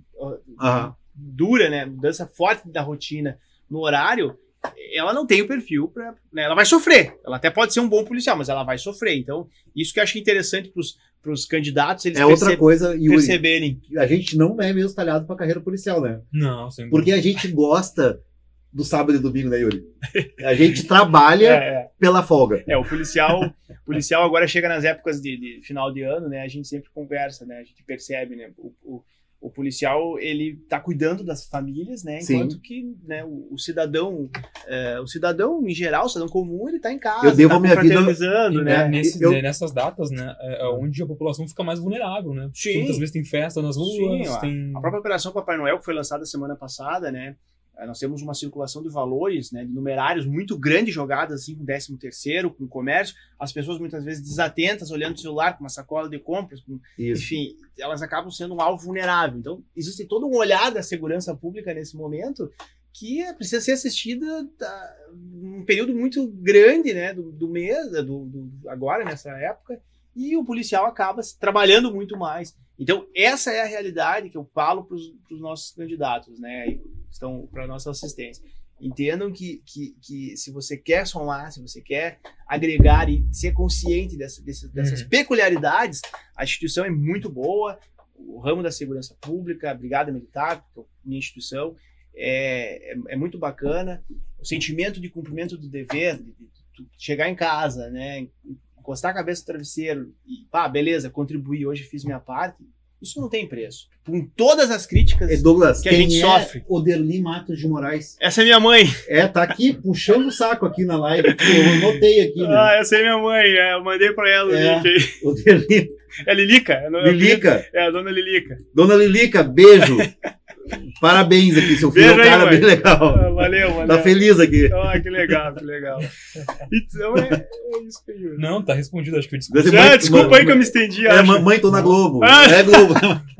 dura, né? Mudança forte da rotina no horário, ela não tem o perfil para, né, ela vai sofrer. Ela até pode ser um bom policial, mas ela vai sofrer. Então, isso que eu acho interessante para os candidatos, eles outra coisa, Yuri, perceberem. A gente não é mesmo talhado para carreira policial, né? Não, sem dúvida. Porque a gente gosta do sábado e domingo, né, Yuri? A gente trabalha pela folga. O policial agora chega nas épocas de final de ano, né? A gente sempre conversa, né? A gente percebe, né? O policial, ele tá cuidando das famílias, né? Enquanto que, né, o cidadão em geral, o cidadão comum, ele tá em casa, eu devo a minha vida, né? Nessas datas, né, onde a população fica mais vulnerável, né? Sim. Muitas vezes tem festa nas ruas, A própria Operação Papai Noel, que foi lançada semana passada, né? Nós temos uma circulação de valores, né, de numerários muito grande jogadas assim, com 13º, com comércio, as pessoas muitas vezes desatentas, olhando o celular com uma sacola de compras, enfim, elas acabam sendo um alvo vulnerável. Então, existe todo um olhar da segurança pública nesse momento que precisa ser assistida num período muito grande, né, do mês, agora, nessa época, e o policial acaba trabalhando muito mais. Então, essa é a realidade que eu falo para os nossos candidatos, né, estão para a nossa assistência. Entendam que se você quer somar, se você quer agregar e ser consciente dessas peculiaridades, a instituição é muito boa, o ramo da segurança pública, a Brigada Militar, que é a minha instituição, é muito bacana. O sentimento de cumprimento do dever, de chegar em casa, né, encostar a cabeça no travesseiro e, beleza, contribuir, hoje fiz minha parte, isso não tem preço. Com todas as críticas Douglas, que a gente sofre. Oderli Matos de Moraes. Essa é minha mãe. Tá aqui, puxando o saco aqui na live. Eu anotei aqui, né? Essa é minha mãe. Eu mandei pra ela o link aí. Oderli. É Lilica? Lilica. É a dona Lilica. Dona Lilica, beijo. Parabéns aqui, seu filho. Beijo, é um cara bem legal. Valeu. Tá feliz aqui. Que legal. Então é isso que eu... Não, tá respondido, acho que eu desculpa. Desculpa aí que eu me estendi. Mamãe, tô na Globo. É Globo.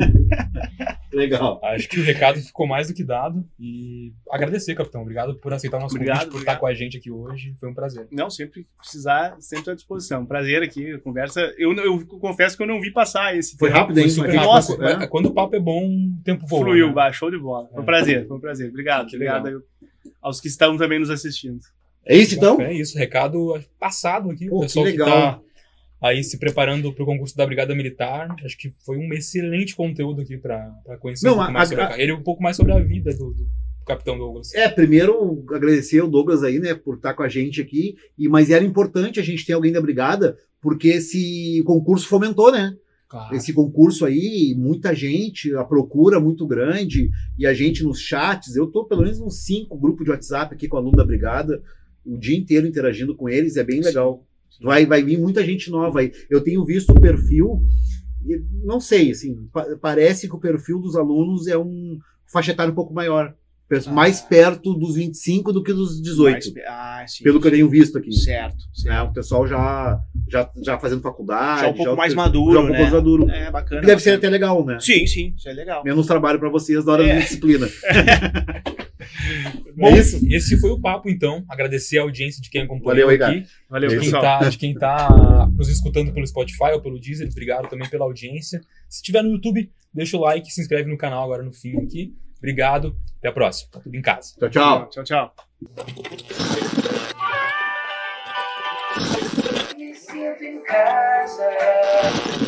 Legal. Acho que o recado ficou mais do que dado. E agradecer, capitão. Obrigado por aceitar o nosso convite, por estar com a gente aqui hoje. Foi um prazer. Não, sempre que precisar, sempre à disposição. Prazer aqui, conversa. Eu confesso que eu não vi passar esse tempo. Foi rápido, hein? Nossa, quando o papo é bom, o tempo voa. Fluiu, show de bola. Foi um prazer. Obrigado. Obrigado aos que estão também nos assistindo. É isso, então? É isso. Recado passado aqui. Pô, o pessoal que legal. tá aí se preparando para o concurso da Brigada Militar. Acho que foi um excelente conteúdo aqui para conhecer um pouco mais sobre a carreira e um pouco mais sobre a vida do capitão Douglas. Primeiro agradecer ao Douglas aí, né, por estar com a gente aqui, mas era importante a gente ter alguém da Brigada, porque esse concurso fomentou, né? Claro. Esse concurso aí, muita gente, a procura muito grande, e a gente nos chats, eu tô pelo menos uns 5 grupos de WhatsApp aqui com aluno da Brigada, o dia inteiro interagindo com eles, é bem legal. Vai vir muita gente nova aí. Eu tenho visto o perfil, não sei, assim, parece que o perfil dos alunos é um faixa etária um pouco maior. Mais perto dos 25 do que dos 18. Sim, pelo que eu tenho visto aqui. Certo. O pessoal já fazendo faculdade. Já um pouco mais maduro, né? Mais maduro. É bacana. Deve ser até legal, né? Sim, isso é legal. Menos trabalho para vocês na hora da disciplina. Bom, esse foi o papo, então. Agradecer a audiência de quem acompanhou aqui. Valeu, de quem tá nos escutando pelo Spotify ou pelo Deezer. Obrigado também pela audiência. Se estiver no YouTube, deixa o like, se inscreve no canal agora no fim aqui. Obrigado. Até a próxima. Tá tudo em casa. Tchau. Tchau. Tchau.